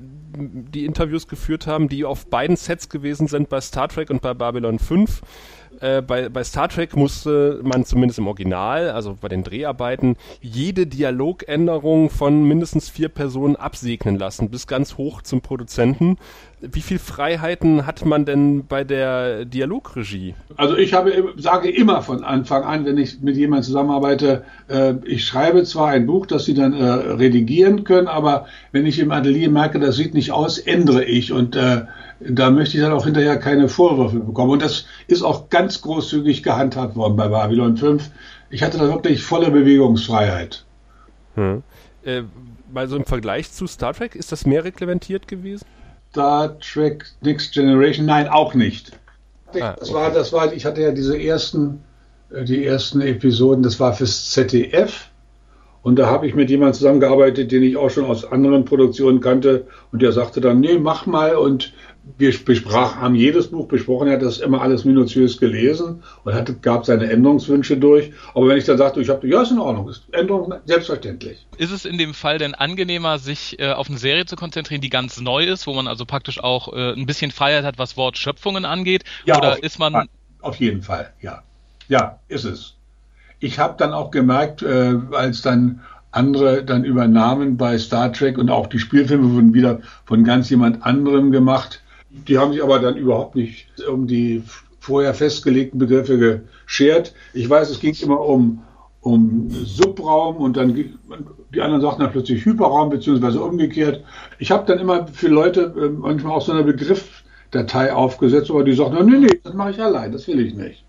die Interviews geführt haben, die auf beiden Sets gewesen sind, bei Star Trek und bei Babylon fünf. Äh, bei, bei Star Trek musste man zumindest im Original, also bei den Dreharbeiten, jede Dialogänderung von mindestens vier Personen absegnen lassen, bis ganz hoch zum Produzenten. Wie viel Freiheiten hat man denn bei der Dialogregie? Also ich habe, sage immer von Anfang an, wenn ich mit jemandem zusammenarbeite, äh, ich schreibe zwar ein Buch, das sie dann äh, redigieren können, aber wenn ich im Atelier merke, das sieht nicht aus, ändere ich und äh, da möchte ich dann auch hinterher keine Vorwürfe bekommen. Und das ist auch ganz großzügig gehandhabt worden bei Babylon fünf. Ich hatte da wirklich volle Bewegungsfreiheit. Hm. Äh, mal so im Vergleich zu Star Trek, ist das mehr reglementiert gewesen? Star Trek Next Generation, nein, auch nicht. Ah, das okay. war, das war, ich hatte ja diese ersten, die ersten Episoden, das war fürs Z D F. Und da habe ich mit jemandem zusammengearbeitet, den ich auch schon aus anderen Produktionen kannte. Und der sagte dann, nee, mach mal. Und wir besprach, haben jedes Buch besprochen. Er hat das immer alles minutiös gelesen und hatte, gab seine Änderungswünsche durch. Aber wenn ich dann sagte, ich habe, ja, ist in Ordnung, ist Änderung selbstverständlich. Ist es in dem Fall denn angenehmer, sich äh, auf eine Serie zu konzentrieren, die ganz neu ist, wo man also praktisch auch äh, ein bisschen Freiheit hat, was Wortschöpfungen angeht? Ja, oder auf ist man... Fall. Auf jeden Fall, ja. Ja, ist es. Ich habe dann auch gemerkt, äh, als dann andere dann übernahmen bei Star Trek und auch die Spielfilme wurden wieder von ganz jemand anderem gemacht. Die haben sich aber dann überhaupt nicht um die vorher festgelegten Begriffe geschert. Ich weiß, es ging immer um, um Subraum und dann die anderen sagten dann plötzlich Hyperraum beziehungsweise umgekehrt. Ich habe dann immer für Leute äh, manchmal auch so eine Begriffsdatei aufgesetzt, aber die sagten, nee, nee, das mache ich allein, das will ich nicht.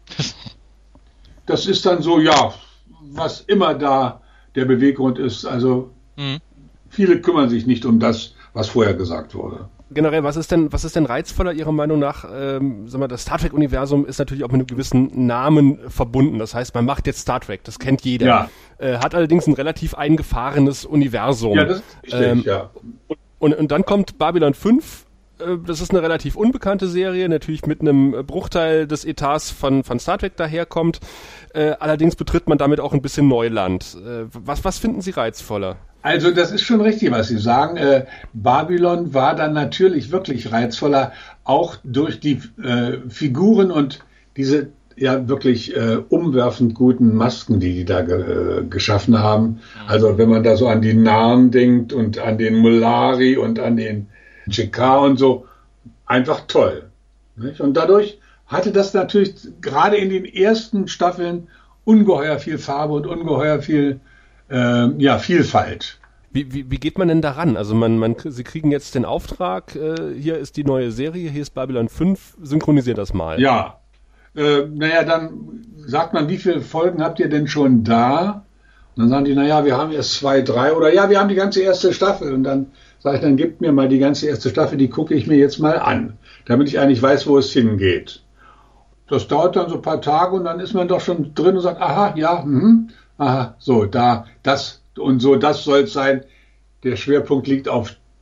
Das ist dann so, ja, was immer da der Beweggrund ist. Also mhm. viele kümmern sich nicht um das, was vorher gesagt wurde. Generell, was ist denn, was ist denn reizvoller Ihrer Meinung nach? Ähm, sag mal, das Star Trek-Universum ist natürlich auch mit einem gewissen Namen verbunden. Das heißt, man macht jetzt Star Trek, das kennt jeder. Ja. Äh, hat allerdings ein relativ eingefahrenes Universum. Ja, das ist richtig, ähm, ja. Und, und dann kommt Babylon fünf. Das ist eine relativ unbekannte Serie, natürlich mit einem Bruchteil des Etats von, von Star Trek daherkommt. Äh, allerdings betritt man damit auch ein bisschen Neuland. Äh, was, was finden Sie reizvoller? Also das ist schon richtig, was Sie sagen. Äh, Babylon war dann natürlich wirklich reizvoller, auch durch die äh, Figuren und diese ja wirklich äh, umwerfend guten Masken, die die da ge- äh, geschaffen haben. Also wenn man da so an die Namen denkt und an den Mollari und an den J K und so, einfach toll. Nicht? Und dadurch hatte das natürlich gerade in den ersten Staffeln ungeheuer viel Farbe und ungeheuer viel äh, ja, Vielfalt. Wie, wie, wie geht man denn daran? Also man, man, Sie kriegen jetzt den Auftrag, äh, hier ist die neue Serie, hier ist Babylon fünf, synchronisiert das mal. Ja, äh, naja, dann sagt man, wie viele Folgen habt ihr denn schon da? Und dann sagen die, naja, wir haben erst zwei, drei oder ja, wir haben die ganze erste Staffel. Und dann sage ich, dann gebt mir mal die ganze erste Staffel, die gucke ich mir jetzt mal an, damit ich eigentlich weiß, wo es hingeht. Das dauert dann so ein paar Tage und dann ist man doch schon drin und sagt, aha, ja, mhm, aha, so, da, das und so, das soll es sein. Der Schwerpunkt liegt auf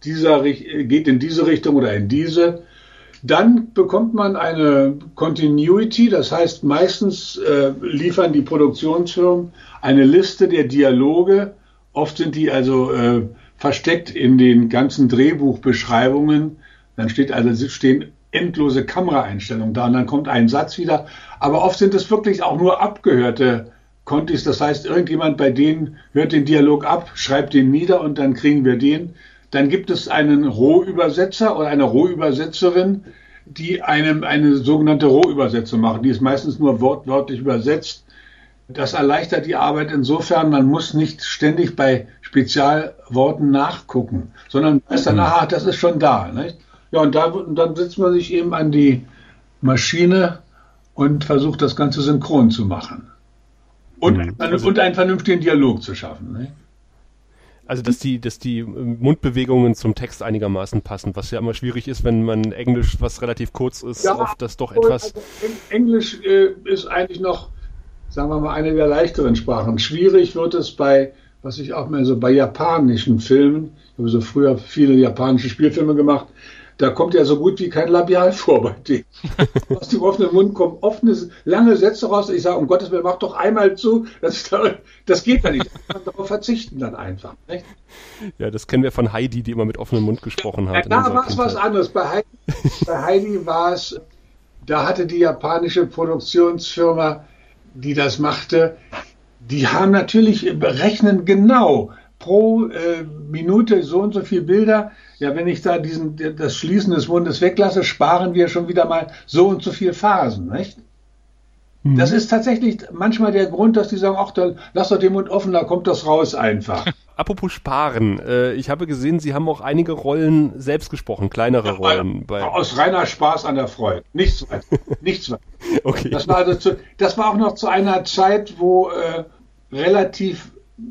dieser geht in diese Richtung oder in diese. Dann bekommt man eine Continuity, das heißt meistens äh, liefern die Produktionsfirmen eine Liste der Dialoge. Oft sind die also äh, versteckt in den ganzen Drehbuchbeschreibungen. Dann steht also stehen endlose Kameraeinstellungen da und dann kommt ein Satz wieder. Aber oft sind es wirklich auch nur abgehörte Contis. Das heißt, irgendjemand bei denen hört den Dialog ab, schreibt den nieder und dann kriegen wir den. Dann gibt es einen Rohübersetzer oder eine Rohübersetzerin, die einem eine sogenannte Rohübersetzung machen. Die ist meistens nur wortwörtlich übersetzt. Das erleichtert die Arbeit insofern, man muss nicht ständig bei Spezialworten nachgucken, sondern weiß dann, aha, das ist schon da. Nicht? Ja, und, da, und dann setzt man sich eben an die Maschine und versucht, das Ganze synchron zu machen. Und, mhm. also, und einen vernünftigen Dialog zu schaffen. Nicht? Also, dass die, dass die Mundbewegungen zum Text einigermaßen passen, was ja immer schwierig ist, wenn man Englisch, was relativ kurz ist, ja, oft das doch etwas... Also Englisch äh, ist eigentlich noch, sagen wir mal, eine der leichteren Sprachen. Schwierig wird es bei, was ich auch mal so bei japanischen Filmen, ich habe so früher viele japanische Spielfilme gemacht, da kommt ja so gut wie kein Labial vor bei denen. Aus dem offenen Mund kommen offene, lange Sätze raus. Ich sage, um Gottes Willen, mach doch einmal zu. Das, das geht ja nicht. Man kann darauf verzichten dann einfach. Nicht? Ja, das kennen wir von Heidi, die immer mit offenem Mund gesprochen hat. Ja, da war es was anderes. Bei Heidi, bei Heidi war es, da hatte die japanische Produktionsfirma, die das machte, die haben natürlich berechnen genau pro äh, Minute so und so viele Bilder. Ja, wenn ich da diesen, das Schließen des Mundes weglasse, sparen wir schon wieder mal so und so viele Phasen, nicht? Mhm. Das ist tatsächlich manchmal der Grund, dass die sagen, ach, dann lass doch den Mund offen, da kommt das raus einfach. Apropos Sparen, äh, ich habe gesehen, Sie haben auch einige Rollen selbst gesprochen, kleinere ja, Rollen. Bei aus reiner Spaß an der Freude, nichts weiter, nichts weiter. Okay. Das war also zu, das war auch noch zu einer Zeit, wo äh, relativ,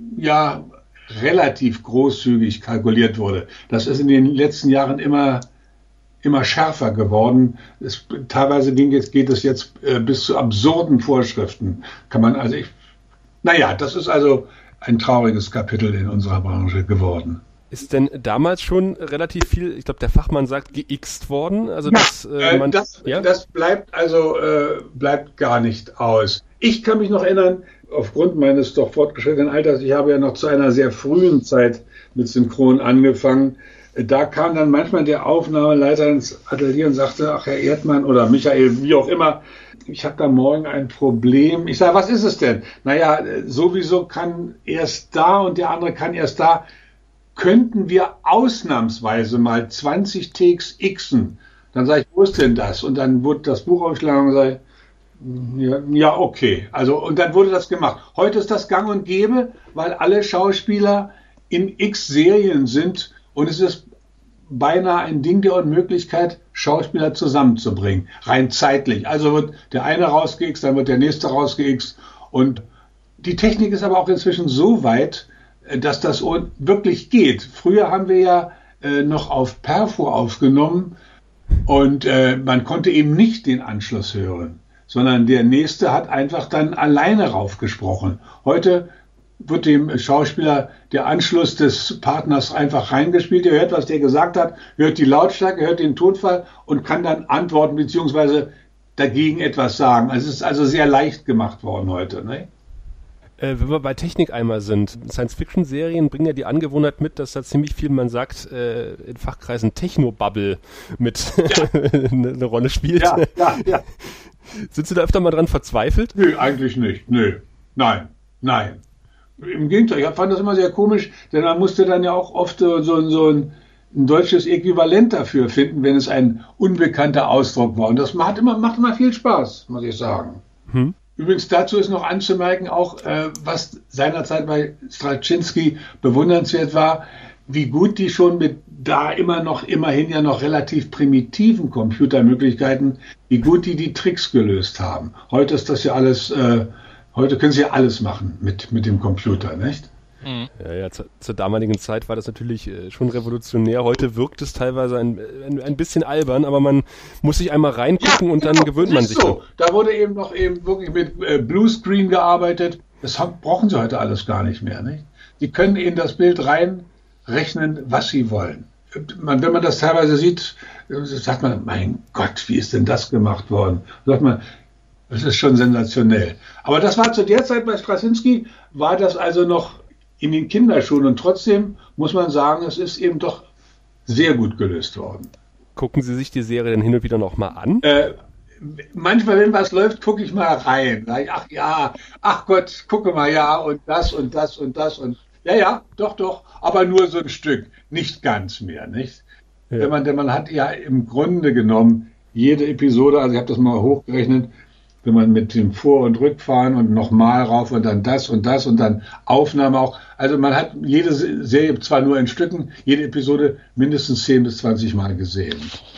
ja, relativ großzügig kalkuliert wurde. Das ist in den letzten Jahren immer, immer schärfer geworden. Es, teilweise ging jetzt, geht es jetzt äh, bis zu absurden Vorschriften. Kann man also, ich, naja, das ist also ein trauriges Kapitel in unserer Branche geworden. Ist denn damals schon relativ viel, ich glaube, der Fachmann sagt, geixt worden? Also ja, das, äh, man, das, ja? das bleibt also äh, bleibt gar nicht aus. Ich kann mich noch erinnern, aufgrund meines doch fortgeschrittenen Alters, ich habe ja noch zu einer sehr frühen Zeit mit Synchron angefangen. Da kam dann manchmal der Aufnahmeleiter ins Atelier und sagte, ach Herr Erdmann oder Michael, wie auch immer, ich habe da morgen ein Problem. Ich sage, was ist es denn? Naja, sowieso kann erst da und der andere kann erst da. Könnten wir ausnahmsweise mal zwanzig Takes xen? Dann sage ich, wo ist denn das? Und dann wurde das Buch aufgeschlagen und sage, ja, ja, okay. Also, und dann wurde das gemacht. Heute ist das gang und gäbe, weil alle Schauspieler in x Serien sind und es ist beinahe ein Ding der Unmöglichkeit, Schauspieler zusammenzubringen. Rein zeitlich. Also wird der eine rausgeixt, dann wird der nächste rausgeixt. Und die Technik ist aber auch inzwischen so weit, dass das wirklich geht. Früher haben wir ja äh, noch auf Perfo aufgenommen und äh, man konnte eben nicht den Anschluss hören, sondern der Nächste hat einfach dann alleine raufgesprochen. Heute wird dem Schauspieler der Anschluss des Partners einfach reingespielt. Er hört, was der gesagt hat, hört die Lautstärke, hört den Tonfall und kann dann antworten bzw. dagegen etwas sagen. Also es ist also sehr leicht gemacht worden heute, ne? Äh, wenn wir bei Technik einmal sind, Science-Fiction-Serien bringen ja die Angewohnheit mit, dass da ziemlich viel, man sagt, äh, in Fachkreisen Techno-Bubble mit ja. eine, eine Rolle spielt. Ja, ja, ja. Sind Sie da öfter mal dran verzweifelt? Nö, eigentlich nicht. Nö. Nein, nein. Im Gegenteil, ich fand das immer sehr komisch, denn man musste dann ja auch oft so, so, so ein, ein deutsches Äquivalent dafür finden, wenn es ein unbekannter Ausdruck war. Und das macht immer, macht immer viel Spaß, muss ich sagen. Hm. Übrigens dazu ist noch anzumerken, auch äh, was seinerzeit bei Straczynski bewundernswert war, wie gut die schon mit da immer noch, immerhin ja noch relativ primitiven Computermöglichkeiten, wie gut die die Tricks gelöst haben. Heute ist das ja alles, äh, heute können sie ja alles machen mit, mit dem Computer, nicht? Mhm. Ja, ja, zu, zur damaligen Zeit war das natürlich äh, schon revolutionär. Heute wirkt es teilweise ein, ein, ein bisschen albern, aber man muss sich einmal reingucken ja, und dann genau, gewöhnt man sich. So. Da wurde eben noch eben wirklich mit äh, Bluescreen gearbeitet. Das haben, brauchen sie heute alles gar nicht mehr, nicht? Sie können in das Bild reinrechnen, was sie wollen. man, wenn man das teilweise sieht, sagt man, mein Gott, wie ist denn das gemacht worden? Sagt man, das ist schon sensationell. Aber das war zu der Zeit bei Straczynski, war das also noch in den Kinderschuhen und trotzdem muss man sagen, es ist eben doch sehr gut gelöst worden. Gucken Sie sich die Serie dann hin und wieder noch mal an? Äh, manchmal, wenn was läuft, gucke ich mal rein. Sag ich, ach ja, ach Gott, gucke mal, ja, und das und das und das und ja, ja, doch, doch, aber nur so ein Stück, nicht ganz mehr, nicht? Ja. Wenn man, denn man hat ja im Grunde genommen jede Episode, also ich habe das mal hochgerechnet, wenn man mit dem Vor- und Rückfahren und nochmal rauf und dann das und das und dann Aufnahme auch. Also man hat jede Serie zwar nur in Stücken, jede Episode mindestens zehn bis zwanzig Mal gesehen.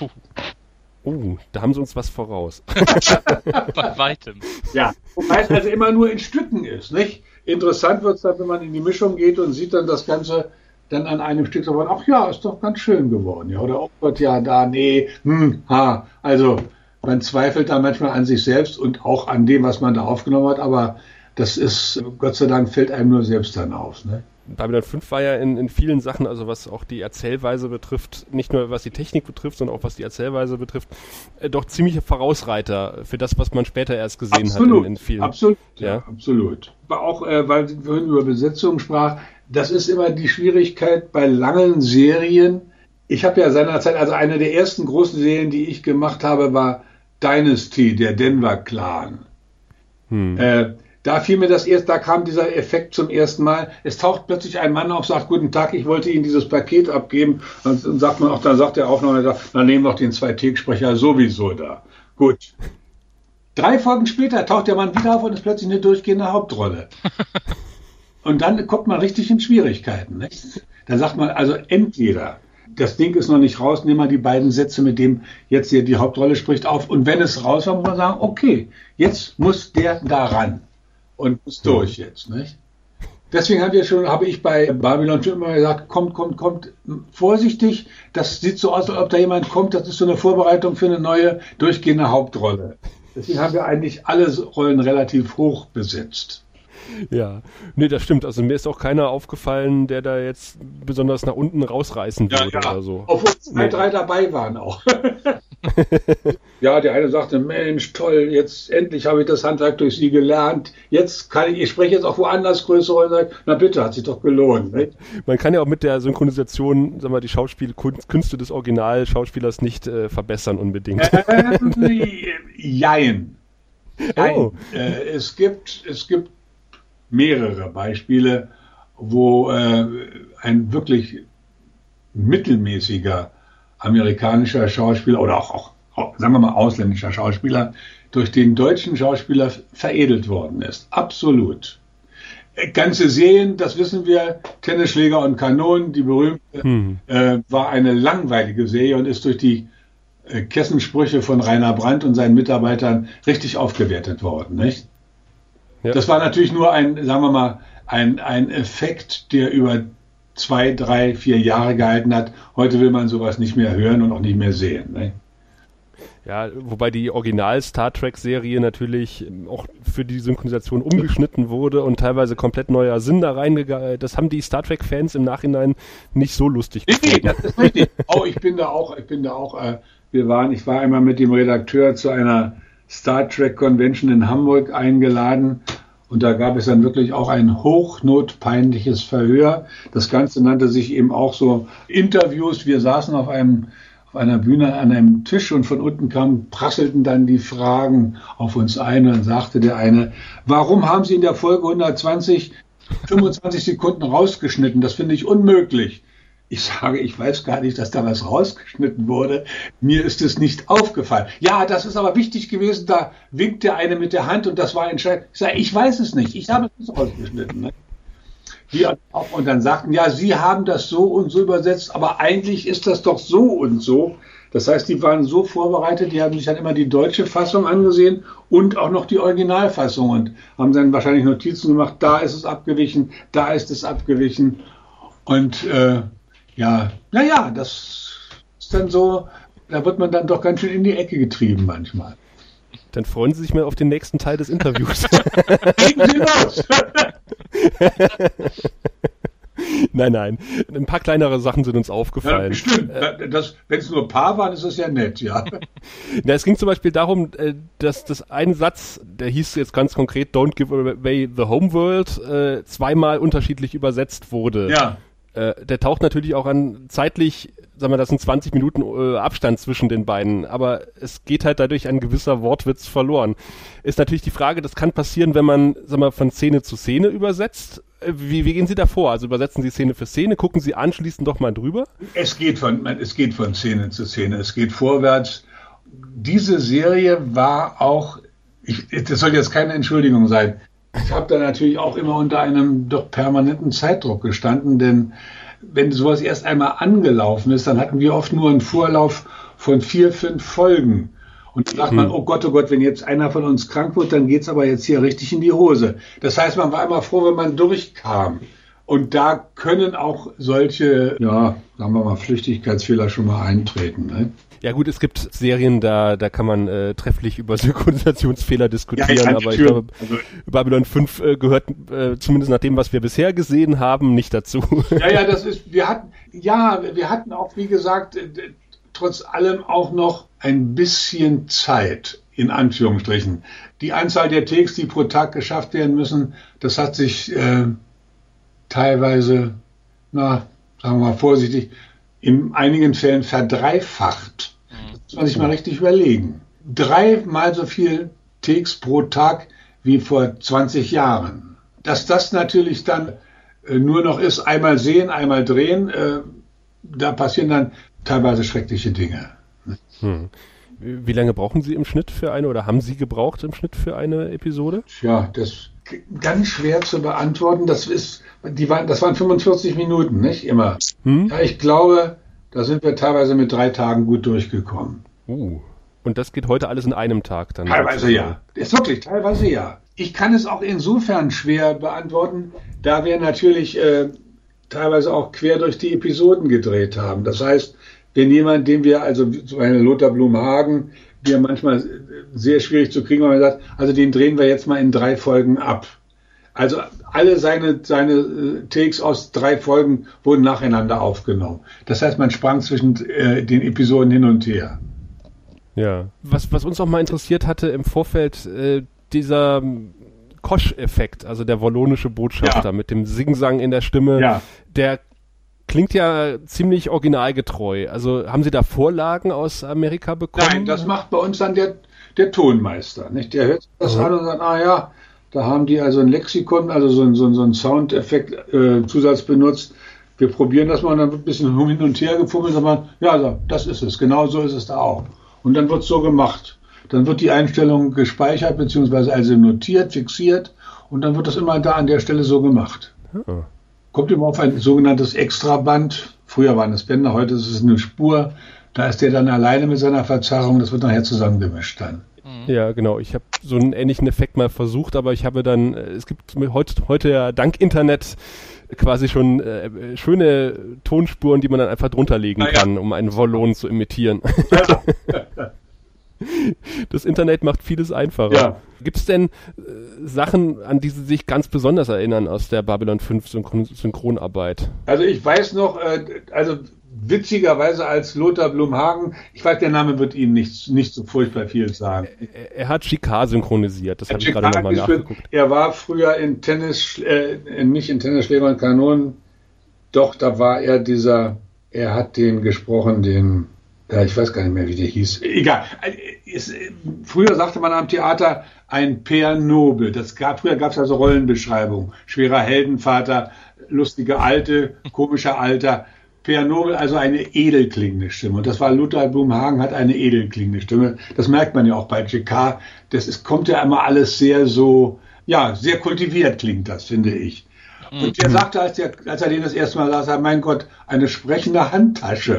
Oh, da haben sie uns was voraus. Bei weitem. Ja, wobei es also immer nur in Stücken ist, nicht? Interessant wird es dann, wenn man in die Mischung geht und sieht dann das Ganze dann an einem Stück, so, ach ja, ist doch ganz schön geworden. Ja, oder oh Gott, ja, da, nee, hm, ha, also man zweifelt da manchmal an sich selbst und auch an dem, was man da aufgenommen hat, aber das ist, Gott sei Dank, fällt einem nur selbst dann auf. Ne? Babylon fünf war ja in, in vielen Sachen, also was auch die Erzählweise betrifft, nicht nur was die Technik betrifft, sondern auch was die Erzählweise betrifft, äh, doch ziemliche Vorausreiter für das, was man später erst gesehen absolut, hat in, in vielen. Absolut, ja, ja absolut. Aber auch, äh, weil wir vorhin über Besetzung sprach, das ist immer die Schwierigkeit bei langen Serien. Ich habe ja seinerzeit, also eine der ersten großen Serien, die ich gemacht habe, war Dynasty, der Denver Clan. Hm. Äh, da fiel mir das erst, da kam dieser Effekt zum ersten Mal. Es taucht plötzlich ein Mann auf, sagt, guten Tag, ich wollte Ihnen dieses Paket abgeben. Und dann sagt man auch, dann sagt der Aufnahme, dann nehmen wir doch den zwei T-Sprecher sowieso da. Gut. Drei Folgen später taucht der Mann wieder auf und ist plötzlich eine durchgehende Hauptrolle. Und dann kommt man richtig in Schwierigkeiten. Nicht? Dann sagt man, also entweder das Ding ist noch nicht raus, nehmen wir die beiden Sätze, mit dem jetzt hier die Hauptrolle spricht, auf. Und wenn es raus war, muss man sagen, okay, jetzt muss der da ran und muss durch jetzt. Nicht? Deswegen haben wir schon, habe ich bei Babylon schon immer gesagt, kommt, kommt, kommt, vorsichtig, das sieht so aus, als ob da jemand kommt, das ist so eine Vorbereitung für eine neue, durchgehende Hauptrolle. Deswegen haben wir eigentlich alle Rollen relativ hoch besetzt. Ja, nee, das stimmt. Also mir ist auch keiner aufgefallen, der da jetzt besonders nach unten rausreißen würde ja, ja. oder so. Obwohl zwei, nee. drei dabei waren auch. Ja, der eine sagte, Mensch, toll, jetzt endlich habe ich das Handwerk durch Sie gelernt. Jetzt kann ich, ich spreche jetzt auch woanders größere Rollen. Na bitte, hat sich doch gelohnt. Nicht? Man kann ja auch mit der Synchronisation, sagen wir, die Schauspielkünste des Originalschauspielers nicht äh, verbessern unbedingt. Ähm, jein. Jein. Oh. Äh, es gibt, es gibt mehrere Beispiele, wo äh, ein wirklich mittelmäßiger amerikanischer Schauspieler oder auch, auch, sagen wir mal, ausländischer Schauspieler durch den deutschen Schauspieler veredelt worden ist. Absolut. Ganze Serien, das wissen wir, Tennisschläger und Kanonen, die berühmte, hm. äh, war eine langweilige Serie und ist durch die äh, Kessensprüche von Rainer Brandt und seinen Mitarbeitern richtig aufgewertet worden, nicht? Ja. Das war natürlich nur ein, sagen wir mal, ein, ein Effekt, der über zwei, drei, vier Jahre gehalten hat. Heute will man sowas nicht mehr hören und auch nicht mehr sehen. Ne? Ja, wobei die Original-Star Trek-Serie natürlich auch für die Synchronisation umgeschnitten wurde und teilweise komplett neuer Sinn da reingegangen. Das haben die Star Trek-Fans im Nachhinein nicht so lustig gefunden. Nee, das ist richtig. Oh, ich bin da auch, ich bin da auch, äh, wir waren, ich war einmal mit dem Redakteur zu einer Star Trek Convention in Hamburg eingeladen und da gab es dann wirklich auch ein hochnotpeinliches Verhör. Das Ganze nannte sich eben auch so Interviews. Wir saßen auf einem auf einer Bühne an einem Tisch und von unten kamen, prasselten dann die Fragen auf uns ein und dann sagte der eine, warum haben Sie in der Folge hundertzwanzig fünfundzwanzig Sekunden rausgeschnitten? Das finde ich unmöglich. Ich sage, ich weiß gar nicht, dass da was rausgeschnitten wurde. Mir ist es nicht aufgefallen. Ja, das ist aber wichtig gewesen. Da winkt der eine mit der Hand und das war entscheidend. Ich sage, ich weiß es nicht. Ich habe es nicht rausgeschnitten. Ne? Die auch, und dann sagten, ja, Sie haben das so und so übersetzt, aber eigentlich ist das doch so und so. Das heißt, die waren so vorbereitet, die haben sich dann immer die deutsche Fassung angesehen und auch noch die Originalfassung und haben dann wahrscheinlich Notizen gemacht, da ist es abgewichen, da ist es abgewichen. Und äh, ja, naja, das ist dann so, da wird man dann doch ganz schön in die Ecke getrieben manchmal. Dann freuen Sie sich mal auf den nächsten Teil des Interviews. Gehen Sie los! Nein, Nein, nein. Ein paar kleinere Sachen sind uns aufgefallen. Ja, stimmt. Äh, das, wenn es nur ein paar waren, ist das ja nett, ja. Na, es ging zum Beispiel darum, dass das ein Satz, der hieß jetzt ganz konkret Don't give away the homeworld, äh, zweimal unterschiedlich übersetzt wurde. Ja. Äh, der taucht natürlich auch an zeitlich, sagen wir, das sind zwanzig Minuten äh, Abstand zwischen den beiden, aber es geht halt dadurch ein gewisser Wortwitz verloren. Ist natürlich die Frage, das kann passieren, wenn man, sagen wir, von Szene zu Szene übersetzt. Äh, wie, wie gehen Sie da vor? Also übersetzen Sie Szene für Szene, gucken Sie anschließend doch mal drüber? Es geht von, es geht von Szene zu Szene, es geht vorwärts. Diese Serie war auch, ich, das soll jetzt keine Entschuldigung sein, ich habe da natürlich auch immer unter einem doch permanenten Zeitdruck gestanden, denn wenn sowas erst einmal angelaufen ist, dann hatten wir oft nur einen Vorlauf von vier, fünf Folgen. Und dann sagt hm. man, oh Gott, oh Gott, wenn jetzt einer von uns krank wird, dann geht's aber jetzt hier richtig in die Hose. Das heißt, man war immer froh, wenn man durchkam. Und da können auch solche, ja, sagen wir mal, Flüchtigkeitsfehler schon mal eintreten, ne? Ja gut, es gibt Serien, da da kann man äh, trefflich über Synchronisationsfehler diskutieren, ja, aber ich glaube, also, Babylon fünf äh, gehört äh, zumindest nach dem, was wir bisher gesehen haben, nicht dazu. Ja, ja, das ist, wir hatten, ja, wir hatten auch, wie gesagt, äh, trotz allem auch noch ein bisschen Zeit, in Anführungsstrichen. Die Anzahl der Takes, die pro Tag geschafft werden müssen, das hat sich äh, teilweise, na, sagen wir mal vorsichtig, in einigen Fällen verdreifacht. Das muss man sich mal richtig überlegen. Dreimal so viel Takes pro Tag wie vor zwanzig Jahren. Dass das natürlich dann äh, nur noch ist, einmal sehen, einmal drehen, äh, da passieren dann teilweise schreckliche Dinge. Hm. Wie lange brauchen Sie im Schnitt für eine, oder haben Sie gebraucht im Schnitt für eine Episode? Ja, das ist ganz schwer zu beantworten. Das ist, die waren, das waren fünfundvierzig Minuten, nicht immer. Hm? Ja, ich glaube, da sind wir teilweise mit drei Tagen gut durchgekommen. Uh. Und das geht heute alles in einem Tag dann? Teilweise ja. Ist wirklich, teilweise ja. Ich kann es auch insofern schwer beantworten, da wir natürlich äh, teilweise auch quer durch die Episoden gedreht haben. Das heißt, wenn jemand, den wir, also so eine Lothar Blumhagen, wir manchmal sehr schwierig zu kriegen, weil man sagt, also den drehen wir jetzt mal in drei Folgen ab. Also alle seine, seine Takes aus drei Folgen wurden nacheinander aufgenommen. Das heißt, man sprang zwischen äh, den Episoden hin und her. Ja. Was, was uns auch mal interessiert hatte im Vorfeld, äh, dieser Kosch-Effekt, also der wallonische Botschafter, ja, mit dem Singsang in der Stimme, ja, der klingt ja ziemlich originalgetreu. Also haben Sie da Vorlagen aus Amerika bekommen? Nein, das macht bei uns dann der, der Tonmeister, nicht? Der hört sich das mhm. an und sagt, ah ja, da haben die also ein Lexikon, also so ein, so ein, so ein Soundeffekt-Zusatz äh, benutzt. Wir probieren das mal und dann wird ein bisschen hin und her gefummelt und man, ja, also, das ist es, genau so ist es da auch. Und dann wird es so gemacht. Dann wird die Einstellung gespeichert, beziehungsweise also notiert, fixiert und dann wird das immer da an der Stelle so gemacht. Mhm. Kommt immer auf ein sogenanntes Extraband. Früher waren es Bänder, heute ist es eine Spur. Da ist der dann alleine mit seiner Verzerrung, das wird nachher zusammengemischt dann. Ja, genau. Ich habe so einen ähnlichen Effekt mal versucht, aber ich habe dann, es gibt heute, heute ja dank Internet quasi schon äh, schöne Tonspuren, die man dann einfach drunter legen ah, kann, ja, um einen Wallon zu imitieren. Ja. Das Internet macht vieles einfacher. Ja. Gibt es denn äh, Sachen, an die Sie sich ganz besonders erinnern aus der Babylon fünf Synchron- Synchronarbeit? Also ich weiß noch, äh, also witzigerweise als Lothar Blumhagen, ich weiß, der Name wird Ihnen nicht, nicht so furchtbar viel sagen. Er, er hat Chicard synchronisiert, das habe ich gerade nochmal nachgeguckt. Er war früher in Tennis, äh, nicht in Tennisschläger und Kanonen, doch, da war er dieser, er hat den gesprochen, den, ja, ich weiß gar nicht mehr, wie der hieß. Egal. Es, früher sagte man am Theater ein Père Noble. Das gab, früher gab es also Rollenbeschreibungen. Schwerer Heldenvater, lustige Alte, komischer Alter. Père Noble, also eine edelklingende Stimme. Und das war Lothar Blumhagen, hat eine edelklingende Stimme. Das merkt man ja auch bei J K. Das ist, kommt ja immer alles sehr so, ja, sehr kultiviert klingt das, finde ich. Und der sagte, als, der, als er den das erste Mal las, mein Gott, eine sprechende Handtasche.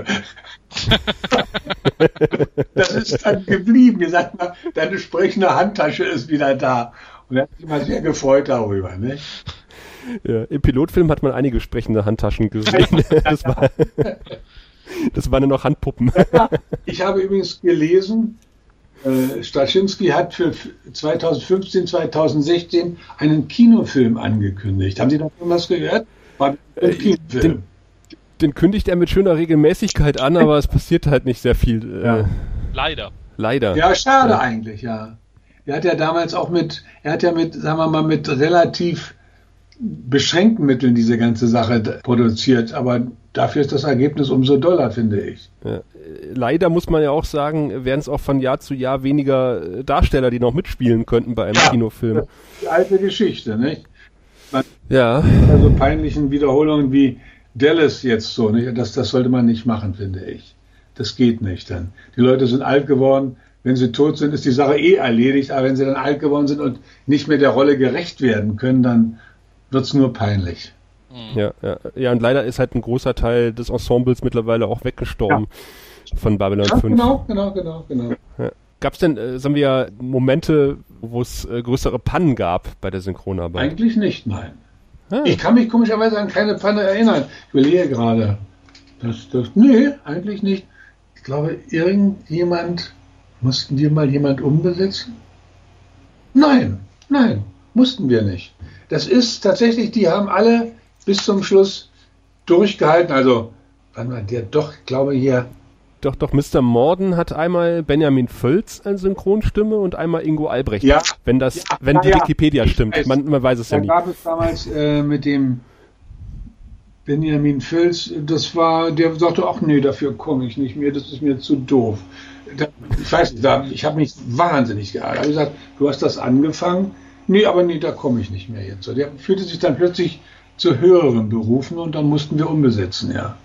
Das ist dann geblieben. Wir sagten mal, deine sprechende Handtasche ist wieder da. Und er hat sich mal sehr gefreut darüber. Ne? Ja, im Pilotfilm hat man einige sprechende Handtaschen gesehen. Das, war, das waren noch Handpuppen. Ich habe übrigens gelesen, äh, Straczynski hat für zwanzig fünfzehn, zwanzig sechzehn einen Kinofilm angekündigt. Haben Sie davon was gehört? War äh, den, den kündigt er mit schöner Regelmäßigkeit an, aber es passiert halt nicht sehr viel. Äh, Ja. Leider. Leider. Ja, schade Ja. eigentlich, ja. Er hat ja damals auch mit, er hat ja mit, sagen wir mal, mit relativ beschränkten Mitteln diese ganze Sache d- produziert, aber dafür ist das Ergebnis umso doller, finde ich. Ja. Leider muss man ja auch sagen, werden es auch von Jahr zu Jahr weniger äh, Darsteller, die noch mitspielen könnten bei einem Ja. Kinofilm. Die alte Geschichte, nicht? Ja, Bei so peinlichen Wiederholungen wie Dallas jetzt so, nicht? Das, das sollte man nicht machen, finde ich. Das geht nicht dann. Die Leute sind alt geworden. Wenn sie tot sind, ist die Sache eh erledigt. Aber wenn sie dann alt geworden sind und nicht mehr der Rolle gerecht werden können, dann wird's nur peinlich. ja, ja. Ja, und leider ist halt ein großer Teil des Ensembles mittlerweile auch weggestorben von Babylon Ja, fünf. genau, genau, genau, genau. Gab es denn, äh, sagen wir ja, Momente, wo es äh, größere Pannen gab bei der Synchronarbeit? Eigentlich nicht, nein. Ah. Ich kann mich komischerweise an keine Pfanne erinnern. Ich überlege gerade. Das, das, nee, eigentlich nicht. Ich glaube, irgendjemand, mussten wir mal jemand umbesetzen? Nein, nein, mussten wir nicht. Das ist tatsächlich, die haben alle bis zum Schluss durchgehalten. Also, wann war der doch, ich glaube hier, Doch, doch, Mister Morden hat einmal Benjamin Völz als Synchronstimme und einmal Ingo Albrecht. Ja. Wenn das, Ja, wenn ja, die ja. Wikipedia Ich stimmt. weiß. Man, man weiß es da ja nie. gab es damals äh, mit dem Benjamin Völz, das war, der sagte, ach nee, dafür komme ich nicht mehr, das ist mir zu doof. Da, ich weiß nicht, da, ich habe mich wahnsinnig geärgert. Ich habe gesagt, du hast das angefangen, nee, aber nee, da komme ich nicht mehr jetzt. So, der fühlte sich dann plötzlich zu höheren Berufen und dann mussten wir umbesetzen, ja.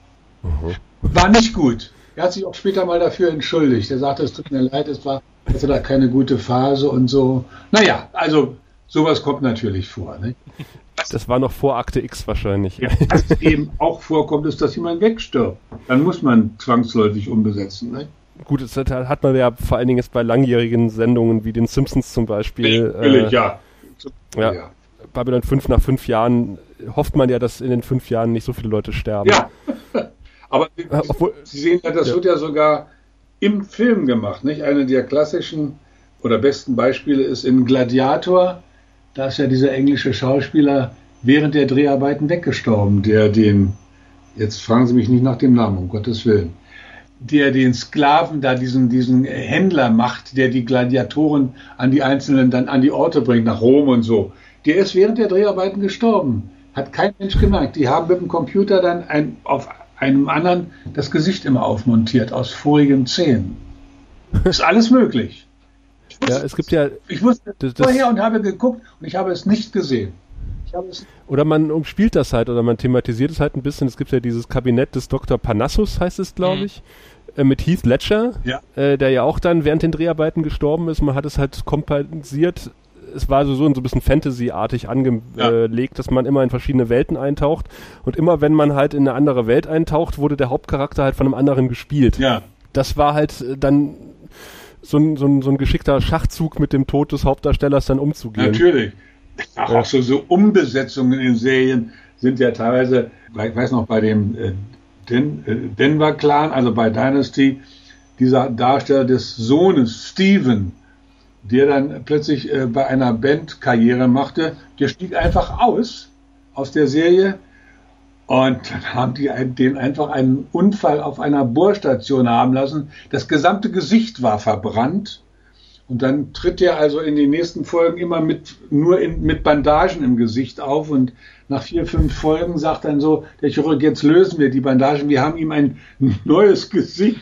War nicht gut. Er hat sich auch später mal dafür entschuldigt. Er sagte, es tut mir leid, es war, es war da keine gute Phase und so. Naja, also sowas kommt natürlich vor. Ne? Das war noch vor Akte X wahrscheinlich. Ja, was eben auch vorkommt, ist, dass jemand wegstirbt. Dann muss man zwangsläufig umbesetzen. Ne? Gut, das hat, hat man ja vor allen Dingen jetzt bei langjährigen Sendungen wie den Simpsons zum Beispiel. Natürlich, äh, ja. ja. Ja. Babylon fünf nach fünf Jahren hofft man ja, dass in den fünf Jahren nicht so viele Leute sterben. Ja. Aber Äh, obwohl, Sie sehen ja, das Ja. wird ja sogar im Film gemacht. Nicht? Eine der klassischen oder besten Beispiele ist in Gladiator. Da ist ja dieser englische Schauspieler während der Dreharbeiten weggestorben, der den, jetzt fragen Sie mich nicht nach dem Namen, um Gottes Willen, der den Sklaven da, diesen, diesen Händler macht, der die Gladiatoren an die einzelnen, dann an die Orte bringt, nach Rom und so. Der ist während der Dreharbeiten gestorben. Hat kein Mensch gemerkt. Die haben mit dem Computer dann ein, auf einem anderen das Gesicht immer aufmontiert aus vorigen Szenen. Ist alles möglich. ja, es gibt ja, Ich wusste Das- das- vorher und habe geguckt und ich habe es nicht gesehen. Ich habe es oder man umspielt das halt oder man thematisiert es halt ein bisschen. Es gibt ja dieses Kabinett des Doktor Parnassus, heißt es, glaube Mhm. ich, äh, mit Heath Ledger, Ja. äh, der ja auch dann während den Dreharbeiten gestorben ist. Man hat es halt kompensiert. Es war so, so ein bisschen Fantasy-artig angelegt, dass man immer in verschiedene Welten eintaucht. Und immer wenn man halt in eine andere Welt eintaucht, wurde der Hauptcharakter halt von einem anderen gespielt. ja. Das war halt äh, dann so ein, so, ein, so ein geschickter Schachzug mit dem Tod des Hauptdarstellers dann umzugehen. Natürlich. Ach, auch so, so Umbesetzungen in Serien sind ja teilweise, ich weiß noch, bei dem äh, Den, äh, Denver Clan, also bei Dynasty, dieser Darsteller des Sohnes, Steven, der dann plötzlich äh, bei einer Band Karriere machte, der stieg einfach aus, aus der Serie. Und dann haben die einen, den einfach einen Unfall auf einer Bohrstation haben lassen. Das gesamte Gesicht war verbrannt. Und dann tritt er also in den nächsten Folgen immer mit, nur in, mit Bandagen im Gesicht auf. Und nach vier, fünf Folgen sagt dann so der Chirurg, jetzt lösen wir die Bandagen. Wir haben ihm ein neues Gesicht.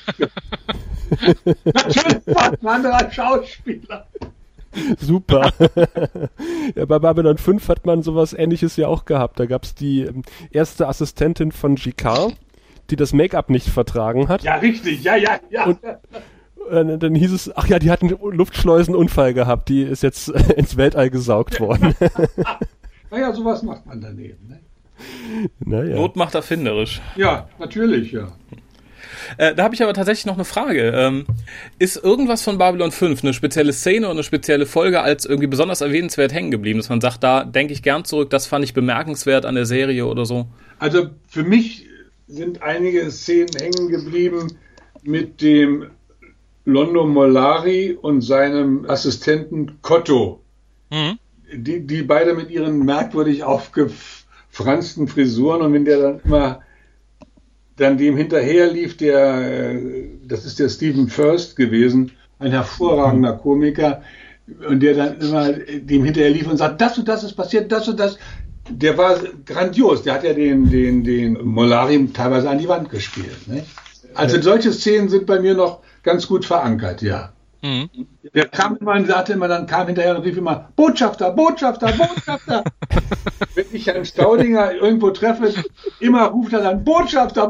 Natürlich war ein anderer Schauspieler. Super. Ja, bei Babylon fünf hat man sowas Ähnliches ja auch gehabt. Da gab es die ähm, erste Assistentin von Gicard, die das Make-up nicht vertragen hat. Ja, richtig. Ja, ja, ja. Und- Äh, dann hieß es, ach ja, die hat einen Luftschleusenunfall gehabt, die ist jetzt äh, ins Weltall gesaugt worden. Naja, sowas macht man daneben. Ne? Naja. Not macht erfinderisch. Ja, natürlich, ja. Äh, da habe ich aber tatsächlich noch eine Frage. Ähm, ist irgendwas von Babylon fünf, eine spezielle Szene oder eine spezielle Folge als irgendwie besonders erwähnenswert hängen geblieben, dass man sagt, da denke ich gern zurück, das fand ich bemerkenswert an der Serie oder so? Also für mich sind einige Szenen hängen geblieben mit dem Londo Mollari und seinem Assistenten Cotto, Mhm. die, die beide mit ihren merkwürdig aufge, verfransten Frisuren und wenn der dann immer dann dem hinterher lief, der, das ist der Stephen Furst gewesen, ein hervorragender Komiker, und der dann immer dem hinterher lief und sagt, das und das ist passiert, das und das. Der war grandios, der hat ja den, den, den Mollari teilweise an die Wand gespielt. Nicht? Also solche Szenen sind bei mir noch ganz gut verankert, ja. Mhm. Der kam immer und sagte immer, dann kam hinterher und rief immer, Botschafter, Botschafter, Botschafter. Wenn ich einen Staudinger irgendwo treffe, immer ruft er dann, Botschafter.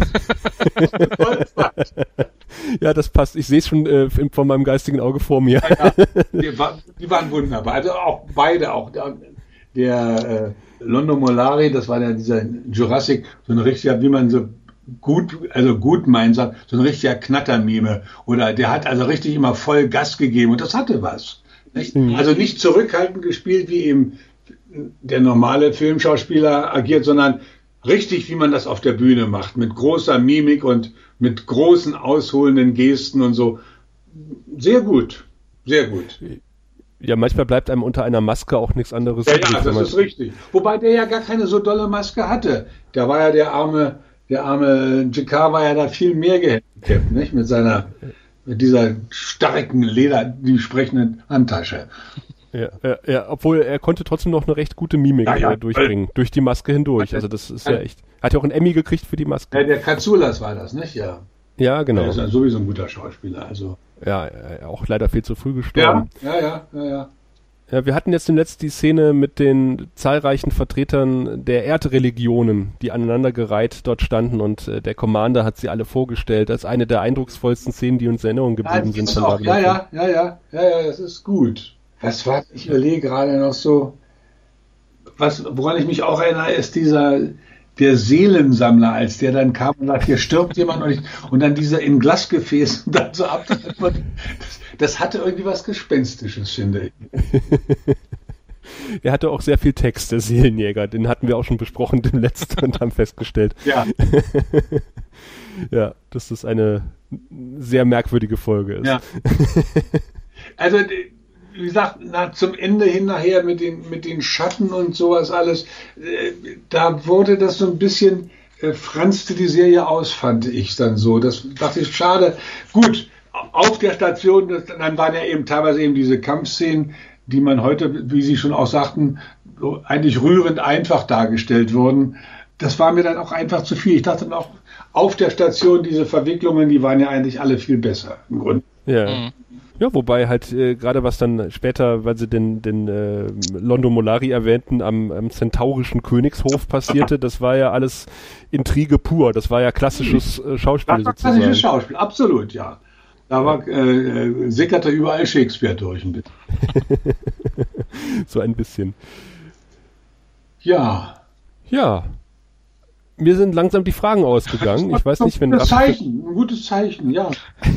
Ja, das passt. Ich sehe es schon äh, von meinem geistigen Auge vor mir. Ja, ja. Die, war, die waren wunderbar. Also auch beide, auch der, der äh, Londo Mollari, das war ja dieser Jurassic, so ein richtiger, wie man so gut, also gut meint, so ein richtiger Knattermime. Oder der hat also richtig immer voll Gas gegeben und das hatte was. Nicht? Mhm. Also nicht zurückhaltend gespielt, wie eben der normale Filmschauspieler agiert, sondern richtig, wie man das auf der Bühne macht, mit großer Mimik und mit großen ausholenden Gesten und so. Sehr gut, sehr gut. Ja, manchmal bleibt einem unter einer Maske auch nichts anderes ja, übrig. Ja, das ist richtig. Wobei der ja gar keine so dolle Maske hatte. Da war ja der arme, der arme Jakar war ja da viel mehr gehandicapt, nicht? Mit seiner, mit dieser starken Leder, die sprechenden Handtasche. Ja, ja, ja, obwohl er konnte trotzdem noch eine recht gute Mimik ja, ja. Äh, durchbringen, äh, durch die Maske hindurch. Also das ist ja echt. Hat ja auch einen Emmy gekriegt für die Maske. Ja, der Katsoulas war das, nicht? Ja. Ja, genau. Der ist ja sowieso ein guter Schauspieler. Also. Ja, auch leider viel zu früh gestorben. Ja, ja, ja, ja, ja. Ja, wir hatten jetzt zuletzt die Szene mit den zahlreichen Vertretern der Erdreligionen, die aneinandergereiht dort standen und äh, der Commander hat sie alle vorgestellt als eine der eindrucksvollsten Szenen, die uns in Erinnerung geblieben ja, sind. Von auch. Ja, ja, ja, ja, ja, ja, das ist gut. Was war, ich überlege gerade noch so, was, woran ich mich auch erinnere, ist dieser, der Seelensammler, als der dann kam und sagt, hier stirbt jemand und, ich, und dann dieser in Glasgefäß und dann so ab. Das, das hatte irgendwie was Gespenstisches, finde ich. Er hatte auch sehr viel Text, der Seelenjäger. Den hatten wir auch schon besprochen, den letzten, und haben festgestellt. Ja. Ja, dass das eine sehr merkwürdige Folge ist. Ja. Also, wie gesagt, na, zum Ende hin nachher mit den, mit den Schatten und sowas alles, äh, da wurde das so ein bisschen, äh, franzte die Serie aus, fand ich dann so. Das dachte ich, schade. Gut, auf der Station, das, dann waren ja eben teilweise eben diese Kampfszenen, die man heute, wie Sie schon auch sagten, so eigentlich rührend einfach dargestellt wurden. Das war mir dann auch einfach zu viel. Ich dachte dann auch, auf der Station diese Verwicklungen, die waren ja eigentlich alle viel besser im Grunde. Ja. Mhm. Ja, wobei halt äh, gerade was dann später, weil sie den, den äh, Londo Mollari erwähnten, am, am zentaurischen Königshof passierte, das war ja alles Intrige pur. Das war ja klassisches äh, Schauspiel das war sozusagen. Klassisches Schauspiel, absolut, ja. Da war, äh, sickerte überall Shakespeare durch ein bisschen. So ein bisschen. Ja. Ja. Mir sind langsam die Fragen ausgegangen. Ich weiß nicht, wenn... Ein gutes Zeichen, ein gutes Zeichen, ja.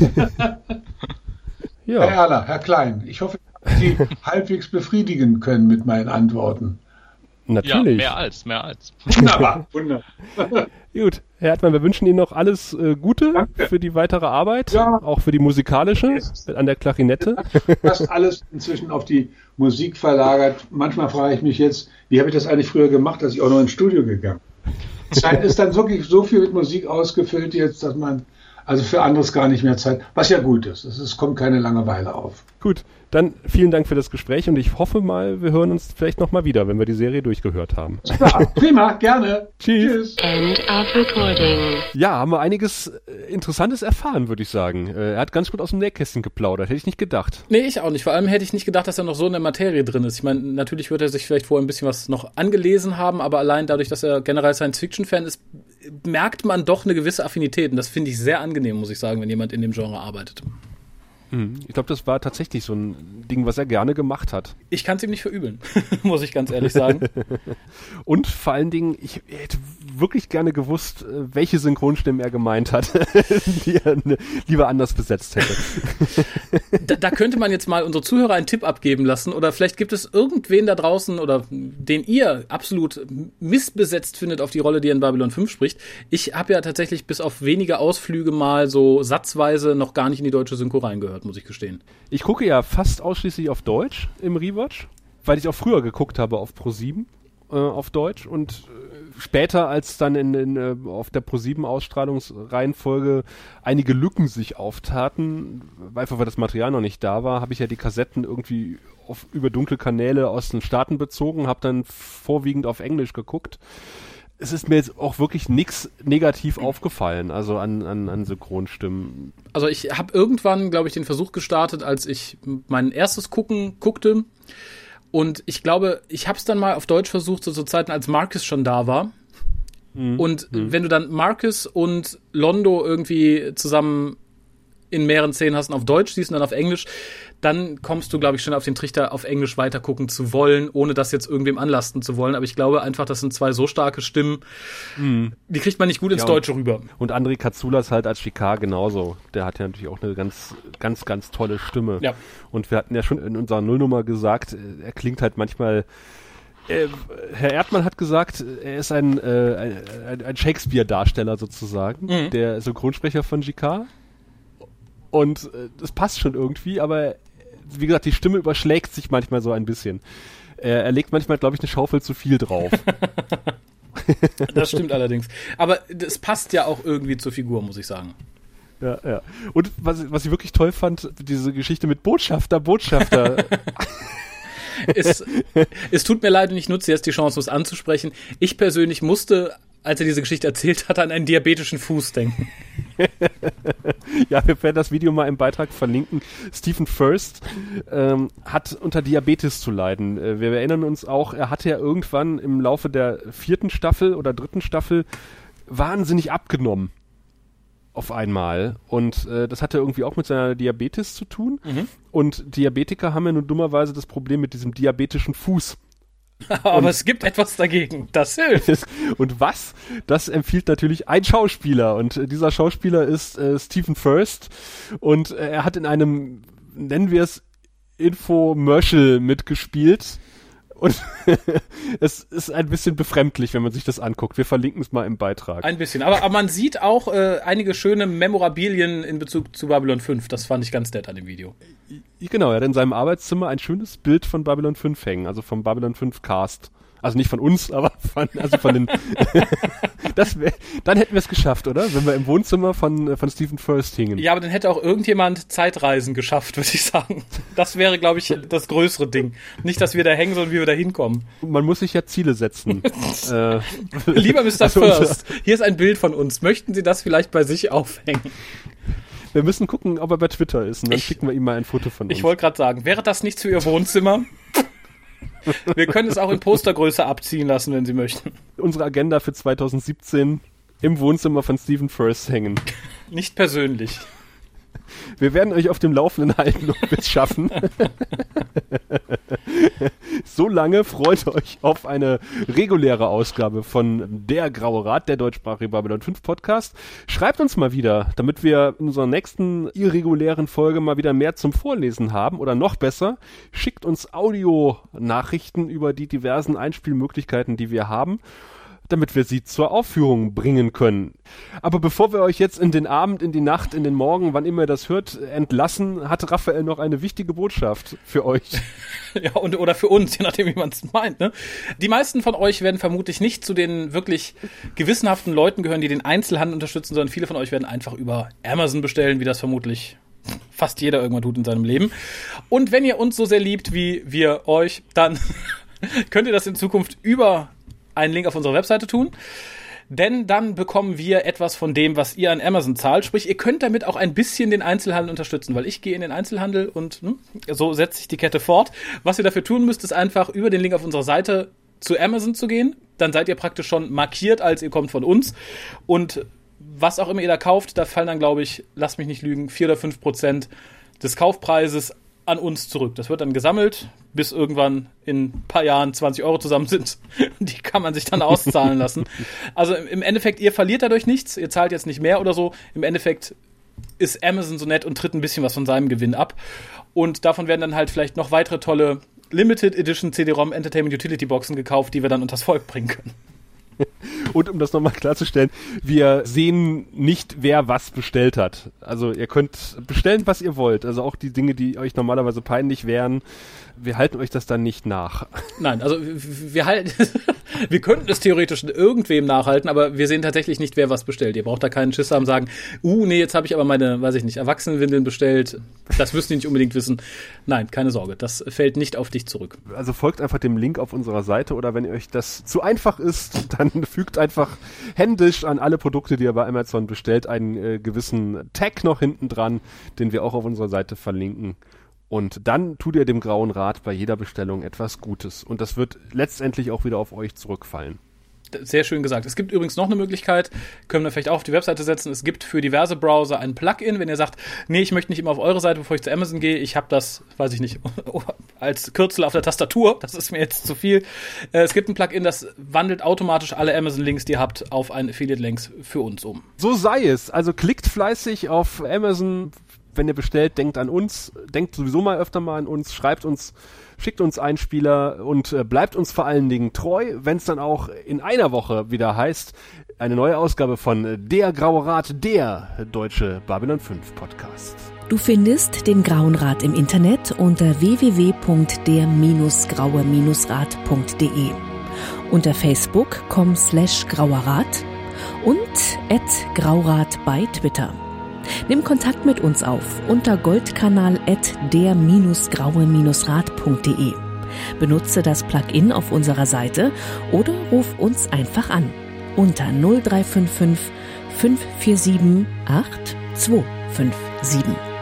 Ja. Herr Erler, Herr Klein, ich hoffe, dass Sie halbwegs befriedigen können mit meinen Antworten. Natürlich. Ja, mehr als, mehr als. Wunderbar, wunderbar. Gut, Herr Erdmann, wir wünschen Ihnen noch alles äh, Gute Danke. Für die weitere Arbeit, ja. Auch für die musikalische, yes. An der Klarinette. Fast alles inzwischen auf die Musik verlagert. Manchmal frage ich mich jetzt, wie habe ich das eigentlich früher gemacht, dass ich auch noch ins Studio gegangen bin. Zeit ist dann wirklich so viel mit Musik ausgefüllt jetzt, dass man also für anderes gar nicht mehr Zeit, was ja gut ist. Es, es kommt keine Langeweile auf. Gut, dann vielen Dank für das Gespräch und ich hoffe mal, wir hören uns vielleicht nochmal wieder, wenn wir die Serie durchgehört haben. Ja, prima, gerne. Tschüss. End of recording. Ja, haben wir einiges äh, Interessantes erfahren, würde ich sagen. Äh, er hat ganz gut aus dem Nähkästchen geplaudert, hätte ich nicht gedacht. Nee, ich auch nicht. Vor allem hätte ich nicht gedacht, dass er noch so in der Materie drin ist. Ich meine, natürlich wird er sich vielleicht vorher ein bisschen was noch angelesen haben, aber allein dadurch, dass er generell Science-Fiction-Fan ist, merkt man doch eine gewisse Affinität. Und das finde ich sehr angenehm, muss ich sagen, wenn jemand in dem Genre arbeitet. Ich glaube, das war tatsächlich so ein Ding, was er gerne gemacht hat. Ich kann es ihm nicht verübeln, muss ich ganz ehrlich sagen. Und vor allen Dingen, ich hätte wirklich gerne gewusst, welche Synchronstimmen er gemeint hat, die er ne, lieber anders besetzt hätte. Da, da könnte man jetzt mal unsere Zuhörer einen Tipp abgeben lassen oder vielleicht gibt es irgendwen da draußen oder den ihr absolut missbesetzt findet auf die Rolle, die er in Babylon fünf spricht. Ich habe ja tatsächlich bis auf wenige Ausflüge mal so satzweise noch gar nicht in die deutsche Synchro reingehört, muss ich gestehen. Ich gucke ja fast ausschließlich auf Deutsch im Rewatch, weil ich auch früher geguckt habe auf ProSieben. äh, auf Deutsch und äh, später, als dann in, in, äh, auf der ProSieben Ausstrahlungsreihenfolge einige Lücken sich auftaten, einfach weil das Material noch nicht da war, habe ich ja die Kassetten irgendwie auf, über dunkle Kanäle aus den Staaten bezogen, habe dann vorwiegend auf Englisch geguckt. Es ist mir jetzt auch wirklich nichts negativ aufgefallen, also an, an, an Synchronstimmen. Also ich habe irgendwann, glaube ich, den Versuch gestartet, als ich mein erstes Gucken guckte. Und ich glaube, ich habe es dann mal auf Deutsch versucht, so zu Zeiten, als Marcus schon da war. Mhm. Und mhm. wenn du dann Marcus und Londo irgendwie zusammen in mehreren Szenen hast und auf Deutsch siehst und dann auf Englisch, dann kommst du, glaube ich, schon auf den Trichter, auf Englisch weitergucken zu wollen, ohne das jetzt irgendwem anlasten zu wollen. Aber ich glaube einfach, das sind zwei so starke Stimmen, mhm. die kriegt man nicht gut ins ja, Deutsche rüber. Und André Katsoulas halt als Shikar genauso. Der hat ja natürlich auch eine ganz, ganz, ganz tolle Stimme. Ja. Und wir hatten ja schon in unserer Nullnummer gesagt, er klingt halt manchmal... Äh, Herr Erdmann hat gesagt, er ist ein, äh, ein, ein Shakespeare-Darsteller sozusagen, mhm. der Synchronsprecher von Shikar. Und äh, das passt schon irgendwie, aber wie gesagt, die Stimme überschlägt sich manchmal so ein bisschen. Er, er legt manchmal, glaube ich, eine Schaufel zu viel drauf. Das stimmt allerdings. Aber das passt ja auch irgendwie zur Figur, muss ich sagen. Ja, ja. Und was, was ich wirklich toll fand, diese Geschichte mit Botschafter, Botschafter. es, es tut mir leid und ich nutze jetzt die Chance, das anzusprechen. Ich persönlich musste, als er diese Geschichte erzählt hat, an einen diabetischen Fuß denken. Ja, wir werden das Video mal im Beitrag verlinken. Stephen Furst ähm, hat unter Diabetes zu leiden. Äh, wir erinnern uns auch, er hatte ja irgendwann im Laufe der vierten Staffel oder dritten Staffel wahnsinnig abgenommen. Auf einmal. Und äh, das hatte irgendwie auch mit seiner Diabetes zu tun. Mhm. Und Diabetiker haben ja nun dummerweise das Problem mit diesem diabetischen Fuß. Aber und es gibt etwas dagegen. Das hilft. Und was? Das empfiehlt natürlich ein Schauspieler. Und äh, dieser Schauspieler ist äh, Stephen Furst. Und äh, er hat in einem, nennen wir es, Infomercial mitgespielt. Und es ist ein bisschen befremdlich, wenn man sich das anguckt. Wir verlinken es mal im Beitrag. Ein bisschen. Aber, aber man sieht auch äh, einige schöne Memorabilien in Bezug zu Babylon fünf. Das fand ich ganz nett an dem Video. Genau, er hat in seinem Arbeitszimmer ein schönes Bild von Babylon fünf hängen. Also vom Babylon fünf Cast. Also nicht von uns, aber von, also von den... das wär, dann hätten wir es geschafft, oder? Wenn wir im Wohnzimmer von, von Stephen Furst hingen. Ja, aber dann hätte auch irgendjemand Zeitreisen geschafft, würde ich sagen. Das wäre, glaube ich, das größere Ding. Nicht, dass wir da hängen, sondern wie wir da hinkommen. Man muss sich ja Ziele setzen. äh, Lieber Mister Also Furst, hier ist ein Bild von uns. Möchten Sie das vielleicht bei sich aufhängen? Wir müssen gucken, ob er bei Twitter ist. Und dann ich, schicken wir ihm mal ein Foto von uns. Ich wollte gerade sagen, wäre das nichts für Ihr Wohnzimmer? Wir können es auch in Postergröße abziehen lassen, wenn Sie möchten. Unsere Agenda für zwanzig siebzehn im Wohnzimmer von Stephen Furst hängen. Nicht persönlich. Wir werden euch auf dem Laufenden halten, ob wir es schaffen. So lange freut euch auf eine reguläre Ausgabe von Der Graue Rat, der deutschsprachige Babylon fünf Podcast. Schreibt uns mal wieder, damit wir in unserer nächsten irregulären Folge mal wieder mehr zum Vorlesen haben. Oder noch besser, schickt uns Audio-Nachrichten über die diversen Einspielmöglichkeiten, die wir haben, damit wir sie zur Aufführung bringen können. Aber bevor wir euch jetzt in den Abend, in die Nacht, in den Morgen, wann immer ihr das hört, entlassen, hat Raphael noch eine wichtige Botschaft für euch. Ja, und oder für uns, je nachdem, wie man es meint. Ne? Die meisten von euch werden vermutlich nicht zu den wirklich gewissenhaften Leuten gehören, die den Einzelhandel unterstützen, sondern viele von euch werden einfach über Amazon bestellen, wie das vermutlich fast jeder irgendwann tut in seinem Leben. Und wenn ihr uns so sehr liebt, wie wir euch, dann könnt ihr das in Zukunft über einen Link auf unserer Webseite tun, denn dann bekommen wir etwas von dem, was ihr an Amazon zahlt. Sprich, ihr könnt damit auch ein bisschen den Einzelhandel unterstützen, weil ich gehe in den Einzelhandel und hm, so setzt sich die Kette fort. Was ihr dafür tun müsst, ist einfach über den Link auf unserer Seite zu Amazon zu gehen. Dann seid ihr praktisch schon markiert, als ihr kommt von uns. Und was auch immer ihr da kauft, da fallen dann, glaube ich, lasst mich nicht lügen, vier oder fünf Prozent des Kaufpreises an uns zurück. Das wird dann gesammelt, bis irgendwann in ein paar Jahren zwanzig Euro zusammen sind. Die kann man sich dann auszahlen lassen. Also im Endeffekt, ihr verliert dadurch nichts, ihr zahlt jetzt nicht mehr oder so. Im Endeffekt ist Amazon so nett und tritt ein bisschen was von seinem Gewinn ab. Und davon werden dann halt vielleicht noch weitere tolle Limited Edition C D-ROM Entertainment Utility Boxen gekauft, die wir dann unters Volk bringen können. Und um das nochmal klarzustellen, wir sehen nicht, wer was bestellt hat. Also ihr könnt bestellen, was ihr wollt. Also auch die Dinge, die euch normalerweise peinlich wären, wir halten euch das dann nicht nach. Nein, also wir halten, Wir könnten es theoretisch irgendwem nachhalten, aber wir sehen tatsächlich nicht, wer was bestellt. Ihr braucht da keinen Schiss haben, sagen, uh, nee, jetzt habe ich aber meine, weiß ich nicht, Erwachsenenwindeln bestellt. Das müssen die nicht unbedingt wissen. Nein, keine Sorge, das fällt nicht auf dich zurück. Also folgt einfach dem Link auf unserer Seite oder wenn euch das zu einfach ist, dann fügt einfach händisch an alle Produkte, die ihr bei Amazon bestellt, einen äh, gewissen Tag noch hinten dran, den wir auch auf unserer Seite verlinken. Und dann tut ihr dem Grauen Rat bei jeder Bestellung etwas Gutes. Und das wird letztendlich auch wieder auf euch zurückfallen. Sehr schön gesagt. Es gibt übrigens noch eine Möglichkeit, können wir vielleicht auch auf die Webseite setzen. Es gibt für diverse Browser ein Plugin, wenn ihr sagt, nee, ich möchte nicht immer auf eure Seite, bevor ich zu Amazon gehe. Ich habe das, weiß ich nicht, als Kürzel auf der Tastatur. Das ist mir jetzt zu viel. Es gibt ein Plugin, das wandelt automatisch alle Amazon-Links, die ihr habt, auf einen Affiliate-Links für uns um. So sei es. Also klickt fleißig auf Amazon. Wenn ihr bestellt, denkt an uns, denkt sowieso mal öfter mal an uns, schreibt uns, schickt uns Einspieler und äh, bleibt uns vor allen Dingen treu, wenn es dann auch in einer Woche wieder heißt, eine neue Ausgabe von Der Graue Rat, der deutsche Babylon fünf Podcast. Du findest den Grauen Rat im Internet unter w w w punkt der graue rat punkt de, unter facebook punkt com slash grauerrat und at graurat bei Twitter. Nimm Kontakt mit uns auf unter goldkanal at der graue rat punkt de. Benutze das Plugin auf unserer Seite oder ruf uns einfach an unter null drei fünf fünf fünf vier sieben acht zwei fünf sieben.